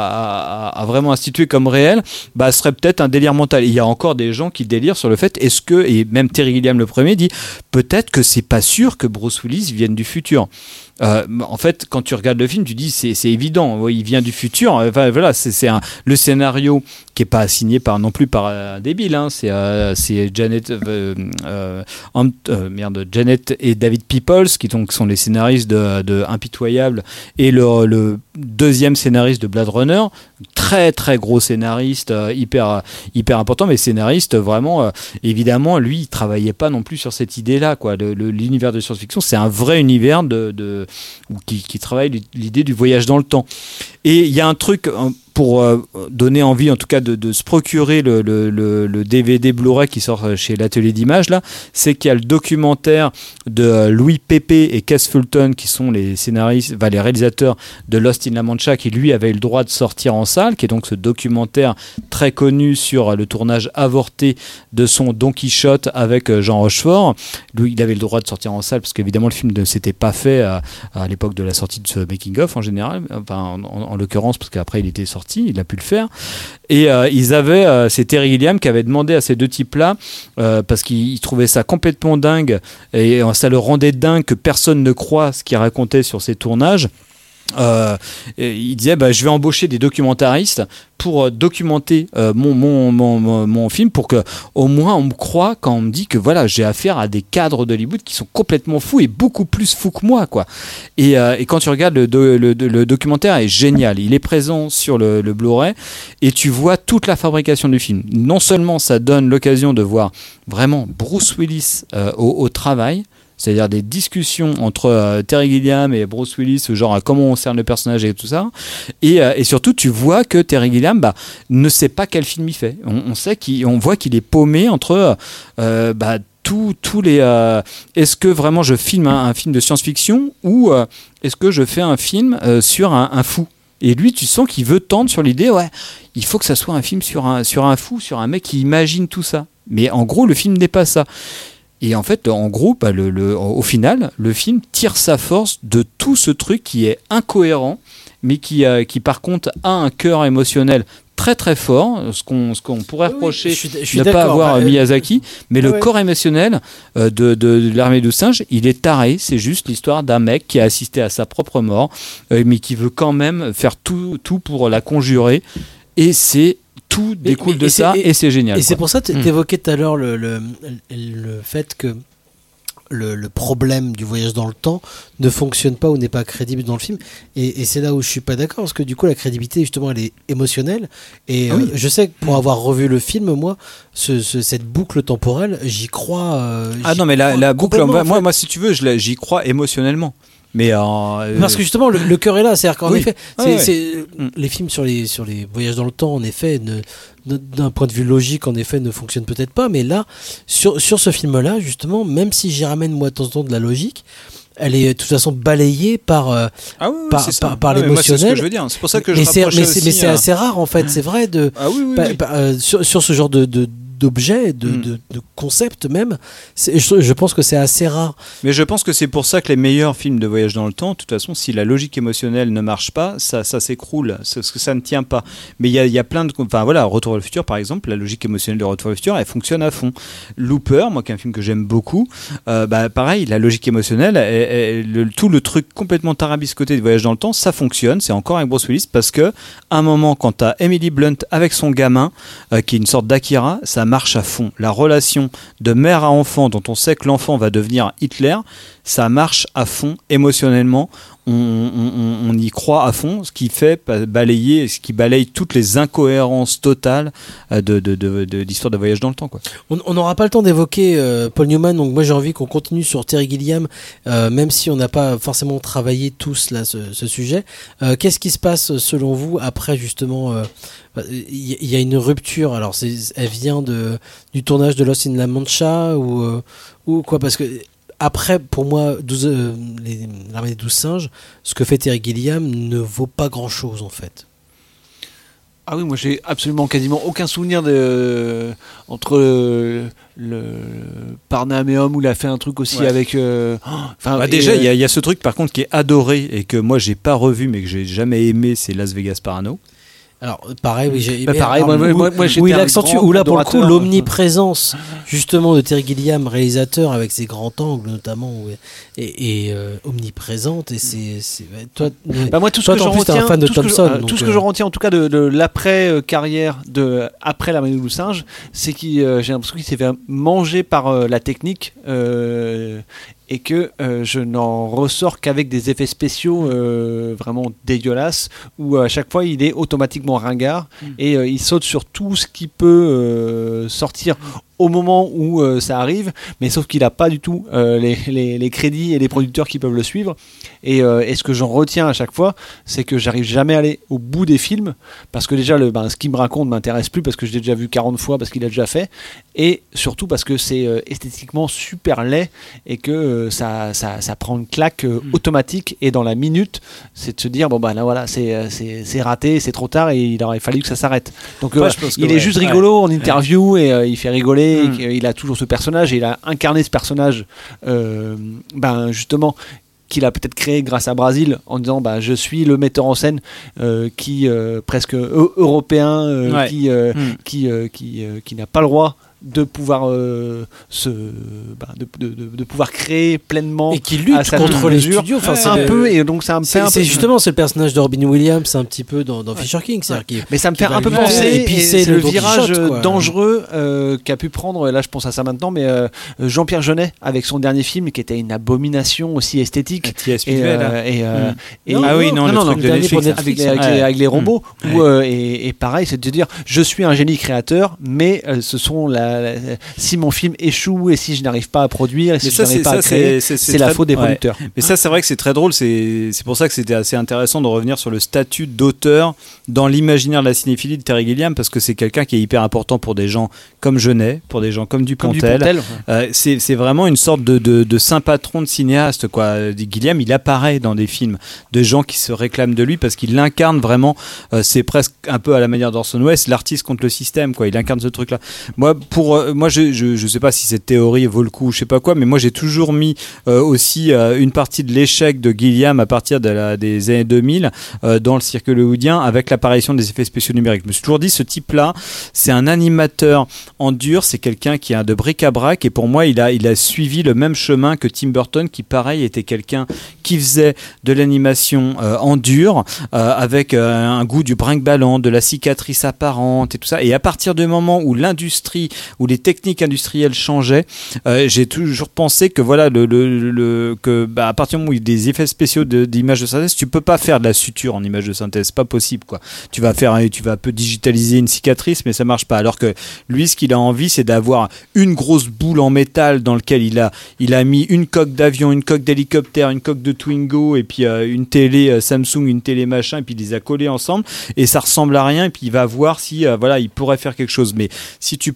a, a, a vraiment institué comme réel bah serait peut-être un délire mental. Et il y a encore des gens qui délirent sur le fait est-ce que, et même Terry Gilliam le premier dit peut-être que c'est pas sûr que Bruce Willis vienne du futur. Euh, en fait, quand tu regardes le film, tu dis c'est, c'est évident, il vient du futur. Enfin, voilà, c'est, c'est un, le scénario qui est pas signé par non plus par un débile. Hein, c'est, euh, c'est Janet, euh, euh, euh, merde, Janet et David Peoples qui donc sont les scénaristes de, de Impitoyable et le, le deuxième scénariste de Blade Runner. Très très gros scénariste, euh, hyper hyper important, mais scénariste vraiment. Euh, évidemment, lui, il travaillait pas non plus sur cette idée-là, quoi. Le, le, l'univers de science-fiction, c'est un vrai univers de, de Qui, qui travaille l'idée du voyage dans le temps. Et il y a un truc pour euh, donner envie en tout cas de, de se procurer le, le, le, le D V D Blu-ray qui sort chez l'Atelier d'Images là, c'est qu'il y a le documentaire de Louis Pepe et Kes Fulton qui sont les scénaristes, enfin, les réalisateurs de Lost in La Mancha qui lui avait eu le droit de sortir en salle, qui est donc ce documentaire très connu sur le tournage avorté de son Don Quichotte avec Jean Rochefort. Lui il avait le droit de sortir en salle parce qu'évidemment le film ne s'était pas fait à, à l'époque de la sortie de ce making-of en général, enfin en, en, en l'occurrence parce qu'après il était sorti, il a pu le faire. Et euh, ils avaient, euh, c'est Terry Gilliam qui avait demandé à ces deux types-là, euh, parce qu'ils trouvaient ça complètement dingue, et euh, ça le rendait dingue que personne ne croit ce qu'il racontait sur ses tournages. Euh, il disait bah, je vais embaucher des documentaristes pour euh, documenter euh, mon, mon, mon, mon, mon film pour que au moins on me croit quand on me dit que voilà j'ai affaire à des cadres d'Hollywood qui sont complètement fous et beaucoup plus fous que moi quoi. Et, euh, et quand tu regardes le, do, le, le documentaire est génial, il est présent sur le, le Blu-ray et tu vois toute la fabrication du film. Non seulement ça donne l'occasion de voir vraiment Bruce Willis euh, au, au travail, c'est-à-dire des discussions entre euh, Terry Gilliam et Bruce Willis, genre à comment on cerne le personnage et tout ça. Et, euh, et surtout, tu vois que Terry Gilliam bah, ne sait pas quel film il fait. On, on sait qu'il, on voit qu'il est paumé entre euh, bah, tous tous les. Euh, est-ce que vraiment je filme un, un film de science-fiction ou euh, est-ce que je fais un film euh, sur un, un fou? Et lui, tu sens qu'il veut tendre sur l'idée, ouais, il faut que ça soit un film sur un, sur un fou, sur un mec qui imagine tout ça. Mais en gros, le film n'est pas ça. Et en fait, en gros, bah, le, le, au final, le film tire sa force de tout ce truc qui est incohérent, mais qui, euh, qui par contre a un cœur émotionnel très très fort, ce qu'on, ce qu'on pourrait reprocher oui, je suis, je de ne pas avoir bah, Miyazaki, mais euh, le ouais. corps émotionnel euh, de, de, de l'Armée des singes, il est taré, c'est juste l'histoire d'un mec qui a assisté à sa propre mort, euh, mais qui veut quand même faire tout, tout pour la conjurer, et c'est tout découle mais, mais, de et ça et, et c'est génial. Et quoi. C'est pour ça que tu évoquais tout à l'heure le, le, le fait que le, le problème du voyage dans le temps ne fonctionne pas ou n'est pas crédible dans le film. Et, et c'est là où je suis pas d'accord, parce que du coup la crédibilité justement elle est émotionnelle. Et oui. euh, je sais que pour avoir revu le film, moi, ce, ce, cette boucle temporelle, j'y crois. Euh, ah j'y non mais la, la boucle, moi, en fait. moi si tu veux, je, j'y crois émotionnellement. Mais euh, parce que justement le, le cœur est là, c'est-à-dire qu'en oui. effet, c'est, ouais, c'est, c'est, mm. les films sur les sur les voyages dans le temps, en effet, ne, ne, d'un point de vue logique, en effet, ne fonctionnent peut-être pas. Mais là, sur sur ce film-là, justement, même si j'y ramène moi de temps en temps de la logique, elle est de toute façon balayée par euh, ah oui, oui, par, par, par ah, l'émotionnel. C'est ce que je veux dire. C'est pour ça que je mais c'est, mais, aussi, c'est, mais c'est euh... assez rare en fait. C'est vrai de ah, oui, oui, pa, oui. Pa, euh, sur sur ce genre de, de d'objets, de, Mm. de, de concepts même. C'est, je, je pense que c'est assez rare. Mais je pense que c'est pour ça que les meilleurs films de voyage dans le temps, de toute façon, si la logique émotionnelle ne marche pas, ça, ça s'écroule, parce que ça ne tient pas. Mais il y a, il y a plein de... Enfin voilà, Retour vers le futur, par exemple, la logique émotionnelle de Retour vers le futur, elle fonctionne à fond. Looper, moi qui est un film que j'aime beaucoup, euh, bah, pareil, la logique émotionnelle, elle, elle, le, tout le truc complètement tarabiscoté de voyage dans le temps, ça fonctionne, c'est encore avec Bruce Willis, parce que à un moment, quand t'as Emily Blunt avec son gamin, euh, qui est une sorte d'Akira, ça marche à fond. La relation de mère à enfant, dont on sait que l'enfant va devenir Hitler, ça marche à fond émotionnellement. On, on, on y croit à fond, ce qui fait balayer, ce qui balaye toutes les incohérences totales de, de, de, de l'histoire de voyage dans le temps, quoi. On n'aura pas le temps d'évoquer euh, Paul Newman, donc moi j'ai envie qu'on continue sur Terry Gilliam, euh, même si on n'a pas forcément travaillé tous là ce, ce sujet. Euh, qu'est-ce qui se passe selon vous après justement euh, il y, y a une rupture, alors c'est, elle vient de, du tournage de Lost in La Mancha ou, euh, ou quoi, parce que après, pour moi, douze, euh, les, l'armée des douze singes, ce que fait Terry Gilliam ne vaut pas grand-chose, en fait. Ah oui, moi j'ai absolument quasiment aucun souvenir de entre le, le Parnaméum où il a fait un truc aussi ouais. avec. Euh, oh, bah déjà, il euh, y, y a ce truc par contre qui est adoré et que moi j'ai pas revu mais que j'ai jamais aimé, c'est Las Vegas Parano. Alors pareil, oui, j'ai bah, pareil, alors, moi, où, moi, moi, où il accentue, où là pour le coup l'omniprésence justement de Terry Gilliam, réalisateur avec ses grands angles notamment, et, et euh, omniprésente. Et c'est, c'est toi, bah, moi tout ce toi, que je retiens, retiens, fan de tout, ce que, Thompson, je, donc, tout ce euh... que je retiens en tout cas de, de l'après euh, carrière de après la Manille Singe, c'est qu'il euh, j'ai l'impression qu'il s'est fait manger par euh, la technique. Euh, et que euh, je n'en ressors qu'avec des effets spéciaux euh, vraiment dégueulasses, où à chaque fois il est automatiquement ringard, mmh. et euh, il saute sur tout ce qui peut euh, sortir au moment où euh, ça arrive, mais sauf qu'il n'a pas du tout euh, les, les, les crédits et les producteurs qui peuvent le suivre. Et, euh, et ce que j'en retiens à chaque fois, c'est que j'arrive jamais à aller au bout des films, parce que déjà le, ben, ce qu'il me raconte m'intéresse plus, parce que je l'ai déjà vu quarante fois, parce qu'il a déjà fait, et surtout parce que c'est euh, esthétiquement super laid, et que euh, ça, ça, ça prend une claque euh, mmh. automatique, et dans la minute, c'est de se dire, bon bah là voilà, c'est, c'est, c'est raté, c'est trop tard, et il aurait fallu que ça s'arrête. Donc ouais, euh, il est ouais, juste rigolo ouais. en interview, ouais. et euh, il fait rigoler. Mmh. Il a toujours ce personnage et il a incarné ce personnage euh, ben justement qu'il a peut-être créé grâce à Brasil en disant bah, je suis le metteur en scène euh, qui euh, presque euh, européen euh, ouais. qui, euh, mmh. qui, euh, qui, euh, qui n'a pas le droit de pouvoir euh, se bah, de, de, de, de pouvoir créer pleinement et qui lutte contre les studios, enfin ouais, c'est un le... peu et donc ça me c'est, fait un c'est peu... justement c'est le personnage de Robin Williams, c'est un petit peu dans, dans ouais. Fisher King, c'est ouais. mais ça me fait un peu penser et, et c'est le, le virage shot, dangereux euh, qu'a pu prendre, là je pense à ça maintenant, mais euh, Jean-Pierre Jeunet avec son dernier film qui était une abomination aussi esthétique et, euh, et, euh, mm. et non, ah oui non, non, non, le truc de Netflix, avec, les, avec, les, avec les robots mm. où, euh, et, et pareil c'est de dire je suis un génie créateur mais euh, ce sont la, la si mon film échoue et si je n'arrive pas à produire et si ça, je n'arrive pas ça, à créer, c'est, c'est, c'est, c'est la faute des ouais. producteurs. Mais ça, c'est vrai que c'est très drôle. C'est, c'est pour ça que c'était assez intéressant de revenir sur le statut d'auteur dans l'imaginaire de la cinéphilie de Terry Gilliam, parce que c'est quelqu'un qui est hyper important pour des gens comme Jeunet, pour des gens comme Dupontel. Comme Dupontel ouais. euh, c'est, c'est vraiment une sorte de, de, de saint patron de cinéaste, quoi. Gilliam, il apparaît dans des films de gens qui se réclament de lui parce qu'il incarne vraiment. Euh, c'est presque un peu à la manière d'Orson Welles, l'artiste contre le système, quoi. Il incarne ce truc-là. Moi, pour euh, moi, je Je, je sais pas si cette théorie vaut le coup, je sais pas quoi, mais moi j'ai toujours mis euh, aussi euh, une partie de l'échec de Gilliam à partir de la, des années deux mille euh, dans le cirque hollywoodien avec l'apparition des effets spéciaux numériques. Je me suis toujours dit, ce type-là, c'est un animateur en dur, c'est quelqu'un qui a de bric-à-brac, et pour moi, il a, il a suivi le même chemin que Tim Burton, qui pareil était quelqu'un qui faisait de l'animation euh, en dur, euh, avec euh, un goût du brinque-ballant, de la cicatrice apparente et tout ça. Et à partir du moment où l'industrie, où les techniques industriel changeait, euh, j'ai toujours pensé que voilà le, le, le que bah, à partir du moment où il y a des effets spéciaux de, d'images de synthèse, tu peux pas faire de la suture en image de synthèse, c'est pas possible quoi. Tu vas faire tu vas un peu digitaliser une cicatrice mais ça marche pas, alors que lui ce qu'il a envie c'est d'avoir une grosse boule en métal dans lequel il a il a mis une coque d'avion, une coque d'hélicoptère, une coque de Twingo et puis euh, une télé euh, Samsung, une télé machin, et puis il les a collés ensemble et ça ressemble à rien, et puis il va voir si euh, voilà il pourrait faire quelque chose. Mais si tu peux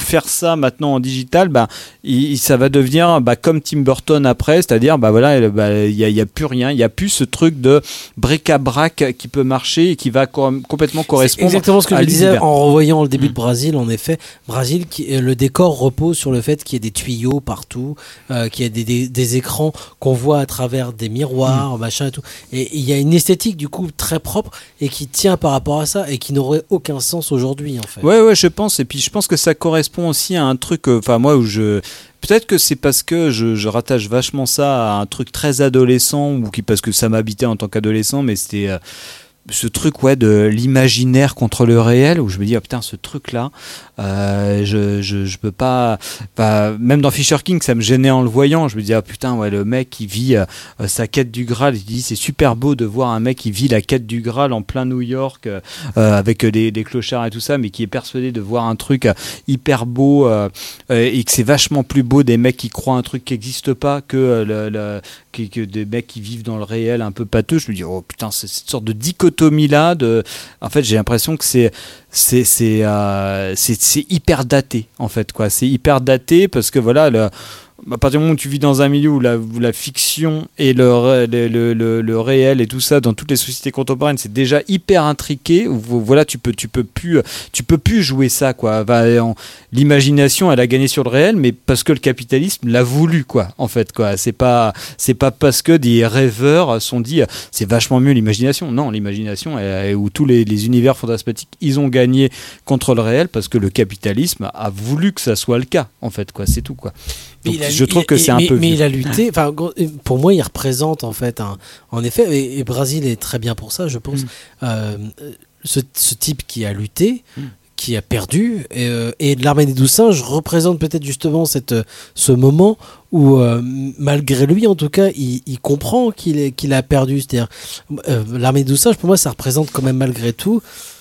faire ça maintenant en digital, bah, il, ça va devenir bah, comme Tim Burton après, c'est-à-dire bah voilà, il bah, y, y a plus rien, il y a plus ce truc de bric-à-brac qui peut marcher et qui va com- complètement correspondre. C'est exactement ce que à je disais l'univers. en revoyant le début mmh. de Brésil. En effet, Brésil, qui, le décor repose sur le fait qu'il y ait des tuyaux partout, euh, qu'il y ait des, des, des écrans qu'on voit à travers des miroirs, mmh. machin et tout. Et il y a une esthétique du coup très propre et qui tient par rapport à ça et qui n'aurait aucun sens aujourd'hui en fait. Ouais, ouais, je pense. Et puis je pense que ça correspond aussi à un truc, enfin, euh, moi, où je. Peut-être que c'est parce que je, je rattache vachement ça à un truc très adolescent, ou qui, parce que ça m'habitait en tant qu'adolescent, mais c'était. Euh, ce truc ouais de l'imaginaire contre le réel, où je me dis ah putain ce truc là euh, je, je je peux pas, pas même dans Fisher King ça me gênait en le voyant, je me dis ah putain ouais le mec qui vit euh, sa quête du Graal, je dis c'est super beau de voir un mec qui vit la quête du Graal en plein New York euh, avec des, des clochards et tout ça, mais qui est persuadé de voir un truc euh, hyper beau euh, euh, et que c'est vachement plus beau des mecs qui croient un truc qui n'existe pas que euh, le, le que, que des mecs qui vivent dans le réel un peu pâteux. Je me dis oh putain c'est cette sorte de dichotomie là de en fait j'ai l'impression que c'est c'est c'est euh, c'est, c'est hyper daté en fait quoi, c'est hyper daté parce que voilà le, à partir du moment où tu vis dans un milieu où la, où la fiction et le, le, le, le, le réel et tout ça dans toutes les sociétés contemporaines c'est déjà hyper intriqué, où, voilà tu peux tu peux plus tu peux plus jouer ça quoi. En, l'imagination elle a gagné sur le réel, mais parce que le capitalisme l'a voulu quoi en fait quoi. C'est pas c'est pas parce que des rêveurs sont dit c'est vachement mieux l'imagination. Non, l'imagination elle, où tous les, les univers fantasmatiques ils ont gagné contre le réel parce que le capitalisme a voulu que ça soit le cas en fait quoi. C'est tout quoi. Donc, a, je trouve que c'est et, un mais, peu mais vieux. il a lutté, enfin pour moi il représente en fait un, en effet et, et Brésil est très bien pour ça je pense. Mm. Euh, ce, ce type qui a lutté, mm. qui a perdu et, euh, et l'Armée des douze singes représente peut-être justement cette, ce moment où euh, malgré lui en tout cas il, il comprend qu'il, est, qu'il a perdu, c'est-à-dire euh, l'Armée des douze singes pour moi ça représente quand même malgré tout.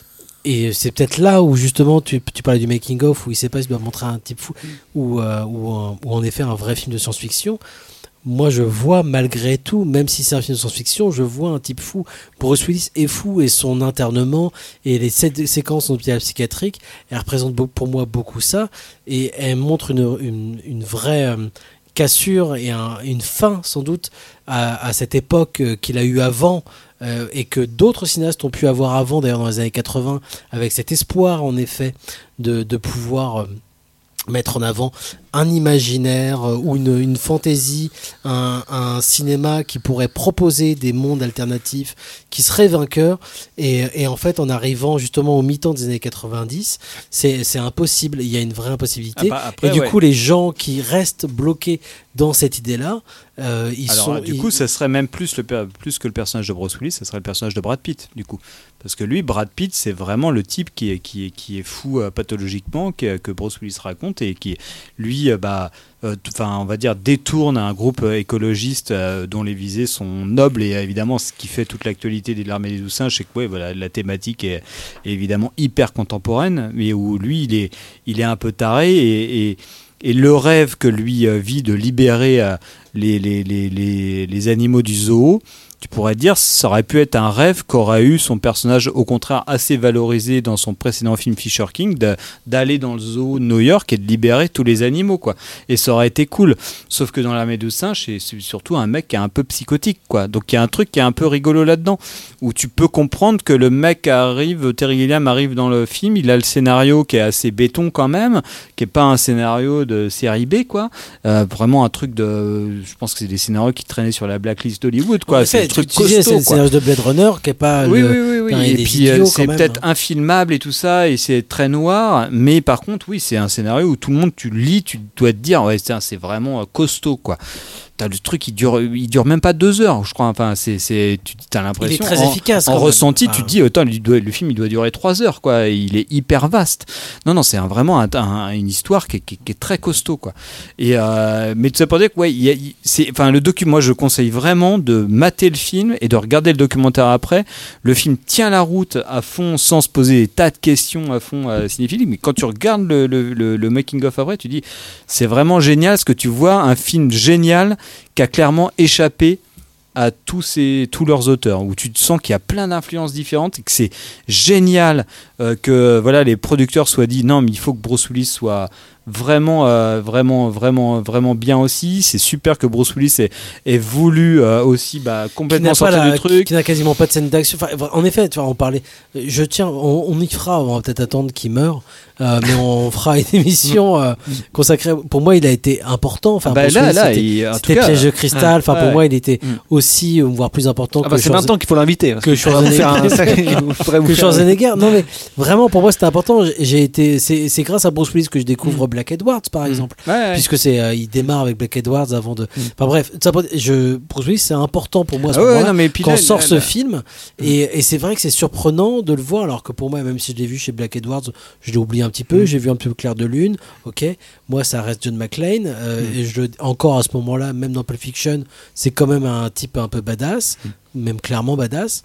Et c'est peut-être là où justement tu, tu parlais du making of où il sait pas s'il doit montrer un type fou ou euh, ou, ou en effet un vrai film de science-fiction. Moi je vois malgré tout, même si c'est un film de science-fiction, je vois un type fou. Bruce Willis est fou et son internement et les sé- séquences en hôpital psychiatrique, elles représentent pour moi beaucoup ça et elles montrent une, une, une vraie euh, cassure et un, une fin sans doute à, à cette époque euh, qu'il a eu avant. Euh, et que d'autres cinéastes ont pu avoir avant, d'ailleurs dans les années quatre-vingts, avec cet espoir en effet de, de pouvoir euh, mettre en avant un imaginaire euh, ou une, une fantaisie, un, un cinéma qui pourrait proposer des mondes alternatifs, qui serait vainqueur. Et, et en fait, en arrivant justement au mi-temps des années quatre-vingt-dix, c'est, c'est impossible. Il y a une vraie impossibilité. Ah bah après, et du ouais. coup, les gens qui restent bloqués dans cette idée-là, euh, ils Alors, sont. Du ils... coup, ça serait même plus, le, plus que le personnage de Bruce Willis, ça serait le personnage de Brad Pitt, du coup. Parce que lui, Brad Pitt, c'est vraiment le type qui est, qui est, qui est fou euh, pathologiquement, qui, que Bruce Willis raconte, et qui, lui, euh, bah, euh, enfin, on va dire, détourne un groupe écologiste euh, dont les visées sont nobles, et évidemment, ce qui fait toute l'actualité de l'Armée des douze singes, c'est que ouais, voilà, la thématique est, est évidemment hyper contemporaine, mais où lui, il est, il est un peu taré, et, et Et le rêve que lui euh, vit de libérer euh, les, les, les, les, les animaux du zoo, tu pourrais dire ça aurait pu être un rêve qu'aurait eu son personnage, au contraire assez valorisé dans son précédent film Fisher King, de, d'aller dans le zoo de New York et de libérer tous les animaux quoi. Et ça aurait été cool. Sauf que dans l'Armée des douze singes, c'est, c'est surtout un mec qui est un peu psychotique quoi. Donc il y a un truc qui est un peu rigolo là-dedans, où tu peux comprendre que le mec arrive, Terry Gilliam arrive dans le film, il a le scénario qui est assez béton quand même, qui est pas un scénario de série B quoi. Euh, vraiment un truc de, je pense que c'est des scénarios qui traînaient sur la blacklist d'Hollywood quoi. C'est truc tu costaud, disais, c'est le scénario de Blade Runner qui est pas oui, le, oui, oui, oui. Et puis euh, c'est peut-être hein. infilmable et tout ça et c'est très noir, mais par contre oui c'est un scénario où tout le monde tu lis tu dois te dire ouais c'est, c'est vraiment costaud quoi. T'as le truc il dure il dure même pas deux heures je crois, enfin c'est c'est tu t'as l'impression il est très en, efficace en ressenti ah. tu te dis attends le, le film il doit durer trois heures quoi, il est hyper vaste. Non non c'est un, vraiment un, un, une histoire qui est, qui, qui est très costaud quoi. Et euh, mais tout ça pour dire que ouais il y a, c'est enfin le docu moi je conseille vraiment de mater le film et de regarder le documentaire après. Le film tient la route à fond sans se poser des tas de questions à fond euh, cinéphiliques, mais quand tu regardes le, le, le, le making of après tu dis c'est vraiment génial ce que tu vois, un film génial qui a clairement échappé à tous, ces, tous leurs auteurs, où tu te sens qu'il y a plein d'influences différentes et que c'est génial euh, que voilà, les producteurs soient dit non mais il faut que Bruce Willis soit vraiment, euh, vraiment, vraiment, vraiment bien aussi. C'est super que Bruce Willis ait, ait voulu euh, aussi bah, complètement sortir du truc. Qui n'a quasiment pas de scène d'action. Enfin, en effet, tu vois, on parlait. Je tiens, on, on y fera. On va peut-être attendre qu'il meure, euh, mais on fera une émission euh, consacrée. Pour moi, il a été important. Enfin, bah, là, là, c'était, il, en c'était tout cas, Piège de cristal. Enfin, ouais, pour ouais. moi, il était mm. aussi, voire plus important ah que. Bah, c'est Schwarzenegger, maintenant qu'il faut l'inviter. Que Schwarzenegger. que Schwarzenegger. Non, mais vraiment, pour moi, c'était important. J'ai été. C'est, c'est grâce à Bruce Willis que je découvre mm. Black Edwards, par exemple, ouais, ouais. puisque c'est, euh, il démarre avec Black Edwards avant de. Mm. Enfin bref, ça, je, Bruce Willis, c'est important pour moi à ce ah ouais, moment-là, non, mais puis quand là, sort là, ce là. film. Et, et c'est vrai que c'est surprenant de le voir, alors que pour moi, même si je l'ai vu chez Black Edwards, je l'ai oublié un petit peu. Mm. J'ai vu un peu Clair de Lune. Ok, moi, ça reste John McClane. Euh, mm. Et je, encore à ce moment-là, même dans Pulp Fiction, c'est quand même un type un peu badass, mm. même clairement badass.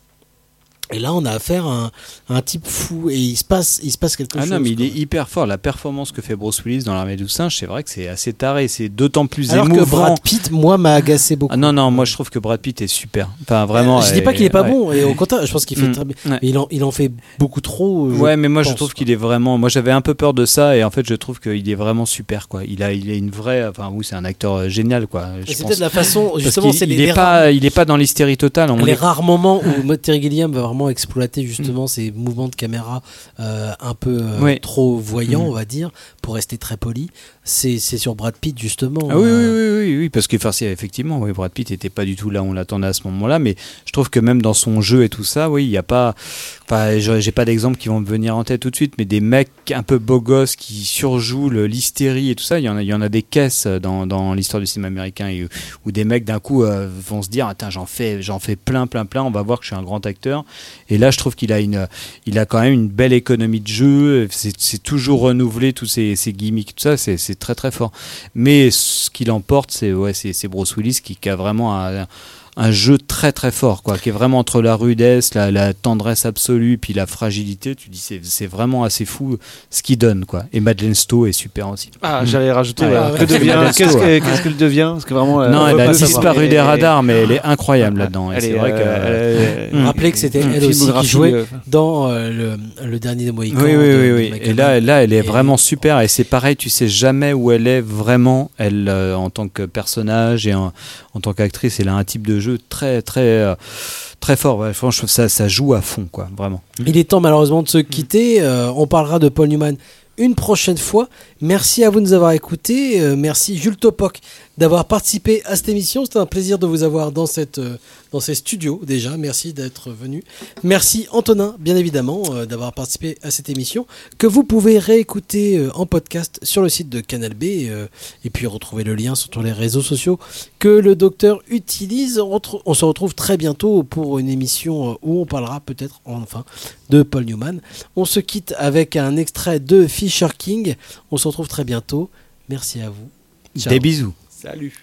Et là, on a affaire à un, à un type fou et il se passe, il se passe quelque ah chose. Ah non, mais il même. est hyper fort. La performance que fait Bruce Willis dans L'Armée du Singe, c'est vrai que c'est assez taré. C'est d'autant plus alors émouvant. que Brad Pitt, moi, m'a agacé beaucoup. Ah non, non, moi je trouve que Brad Pitt est super. Enfin, vraiment. Euh, je dis pas qu'il est pas ouais. bon, et au contraire, je pense qu'il fait mmh, très bien. Ouais. Mais il en, il en fait beaucoup trop. Ouais, mais moi pense, je trouve quoi. qu'il est vraiment. Moi j'avais un peu peur de ça, et en fait je trouve qu'il est vraiment super, quoi. Il a, il est une vraie. Enfin, oui, c'est un acteur euh, génial, quoi. Et Je c'est pense. peut-être la façon, justement, Parce c'est qu'il, les, il est les pas, rares, il est pas dans l'hystérie totale. On les est... rares moments où Terry Gilliam va vraiment exploiter justement ces mouvements de caméra euh, un peu euh, Oui. trop voyants, Mmh. on va dire, pour rester très poli. C'est, c'est sur Brad Pitt justement. Ah oui, euh, oui, oui, oui, oui, parce que enfin, c'est, effectivement, oui, Brad Pitt n'était pas du tout là où on l'attendait à ce moment-là, mais je trouve que même dans son jeu et tout ça, oui, il n'y a pas. Enfin, j'ai pas d'exemples qui vont me venir en tête tout de suite, mais des mecs un peu beaux gosses qui surjouent le, l'hystérie et tout ça, il y en a, il y en a des caisses dans, dans l'histoire du cinéma américain, et, où des mecs d'un coup euh, vont se dire, attends, j'en fais, j'en fais plein, plein, plein, on va voir que je suis un grand acteur. Et là, je trouve qu'il a une, il a quand même une belle économie de jeu. C'est, c'est toujours renouvelé tous ces, ces gimmicks, tout ça, c'est, c'est très, très fort. Mais ce qui l'emporte, c'est, ouais, c'est, c'est Bruce Willis qui, qui a vraiment un, un jeu très très fort, quoi, qui est vraiment entre la rudesse, la, la tendresse absolue, puis la fragilité. Tu dis c'est, c'est vraiment assez fou ce qu'il donne, quoi. Et Madeleine Stowe est super aussi. Ah, j'allais rajouter. Ouais, voilà. ouais, que devient, Madeleine qu'est-ce, Stowe, que, ouais. qu'est-ce qu'elle devient Parce que vraiment. euh, Non, elle a disparu savoir. des Et, radars, mais elle est incroyable là-dedans. Et elle c'est est, vrai que. euh, Mmh. Rappelez que c'était Mmh. elle aussi qui Filmographie, jouait euh, dans euh, le, le dernier des Mohicans. Oui, oui, de- oui, de oui. Michael Et là, Mann. là, elle est Et- vraiment super. Et c'est pareil, tu sais jamais où elle est vraiment, elle, euh, en tant que personnage et en, en tant qu'actrice. Elle a un type de jeu très, très, euh, très fort. Ouais, franchement, ça, ça joue à fond, quoi, vraiment. Il est temps malheureusement de se quitter. Euh, on parlera de Paul Newman une prochaine fois. Merci à vous de nous avoir écoutés. Euh, merci Jules Topoc d'avoir participé à cette émission. C'était un plaisir de vous avoir dans, cette, euh, dans ces studios déjà. Merci d'être venu. Merci Antonin, bien évidemment, euh, d'avoir participé à cette émission que vous pouvez réécouter euh, en podcast sur le site de Canal B euh, et puis retrouver le lien sur tous les réseaux sociaux que le docteur utilise. On, retrouve, on se retrouve très bientôt pour une émission euh, où on parlera peut-être enfin de Paul Newman. On se quitte avec un extrait de Fisher King. On se retrouve très bientôt. Merci à vous. Ciao. Des bisous. Salut.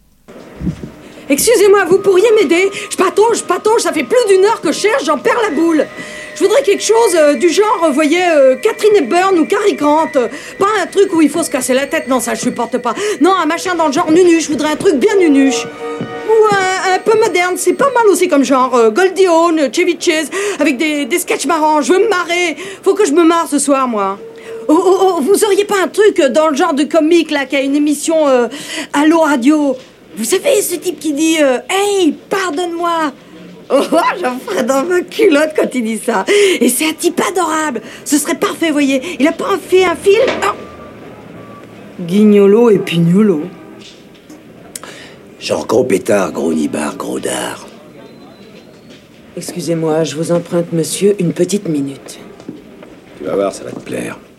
Excusez-moi, vous pourriez m'aider? Je patauge, je patauge, ça fait plus d'une heure que je cherche, j'en perds la boule. Je voudrais quelque chose euh, du genre, vous voyez, euh, Catherine Hepburn ou Cary Grant. Euh, pas un truc où il faut se casser la tête, non, ça je supporte pas. Non, un machin dans le genre nunuche, je voudrais un truc bien nunuche. Ou un, un peu moderne, c'est pas mal aussi comme genre. Euh, Goldie Hawn, Chevy Chase, avec des, des sketchs marrants, je veux me marrer. Faut que je me marre ce soir, moi. Oh, oh, oh, vous auriez pas un truc dans le genre de comique, là, qui a une émission euh, Allo Radio? Vous savez, ce type qui dit euh, « Hey, pardonne-moi !» Oh, j'en ferais dans ma culotte quand il dit ça. Et c'est un type adorable. Ce serait parfait, vous voyez. Il a pas fait un film oh. Guignolo et Pignolo. Genre gros pétard, gros nibard, gros dard. Excusez-moi, je vous emprunte, monsieur, une petite minute. Tu vas voir, ça va te plaire.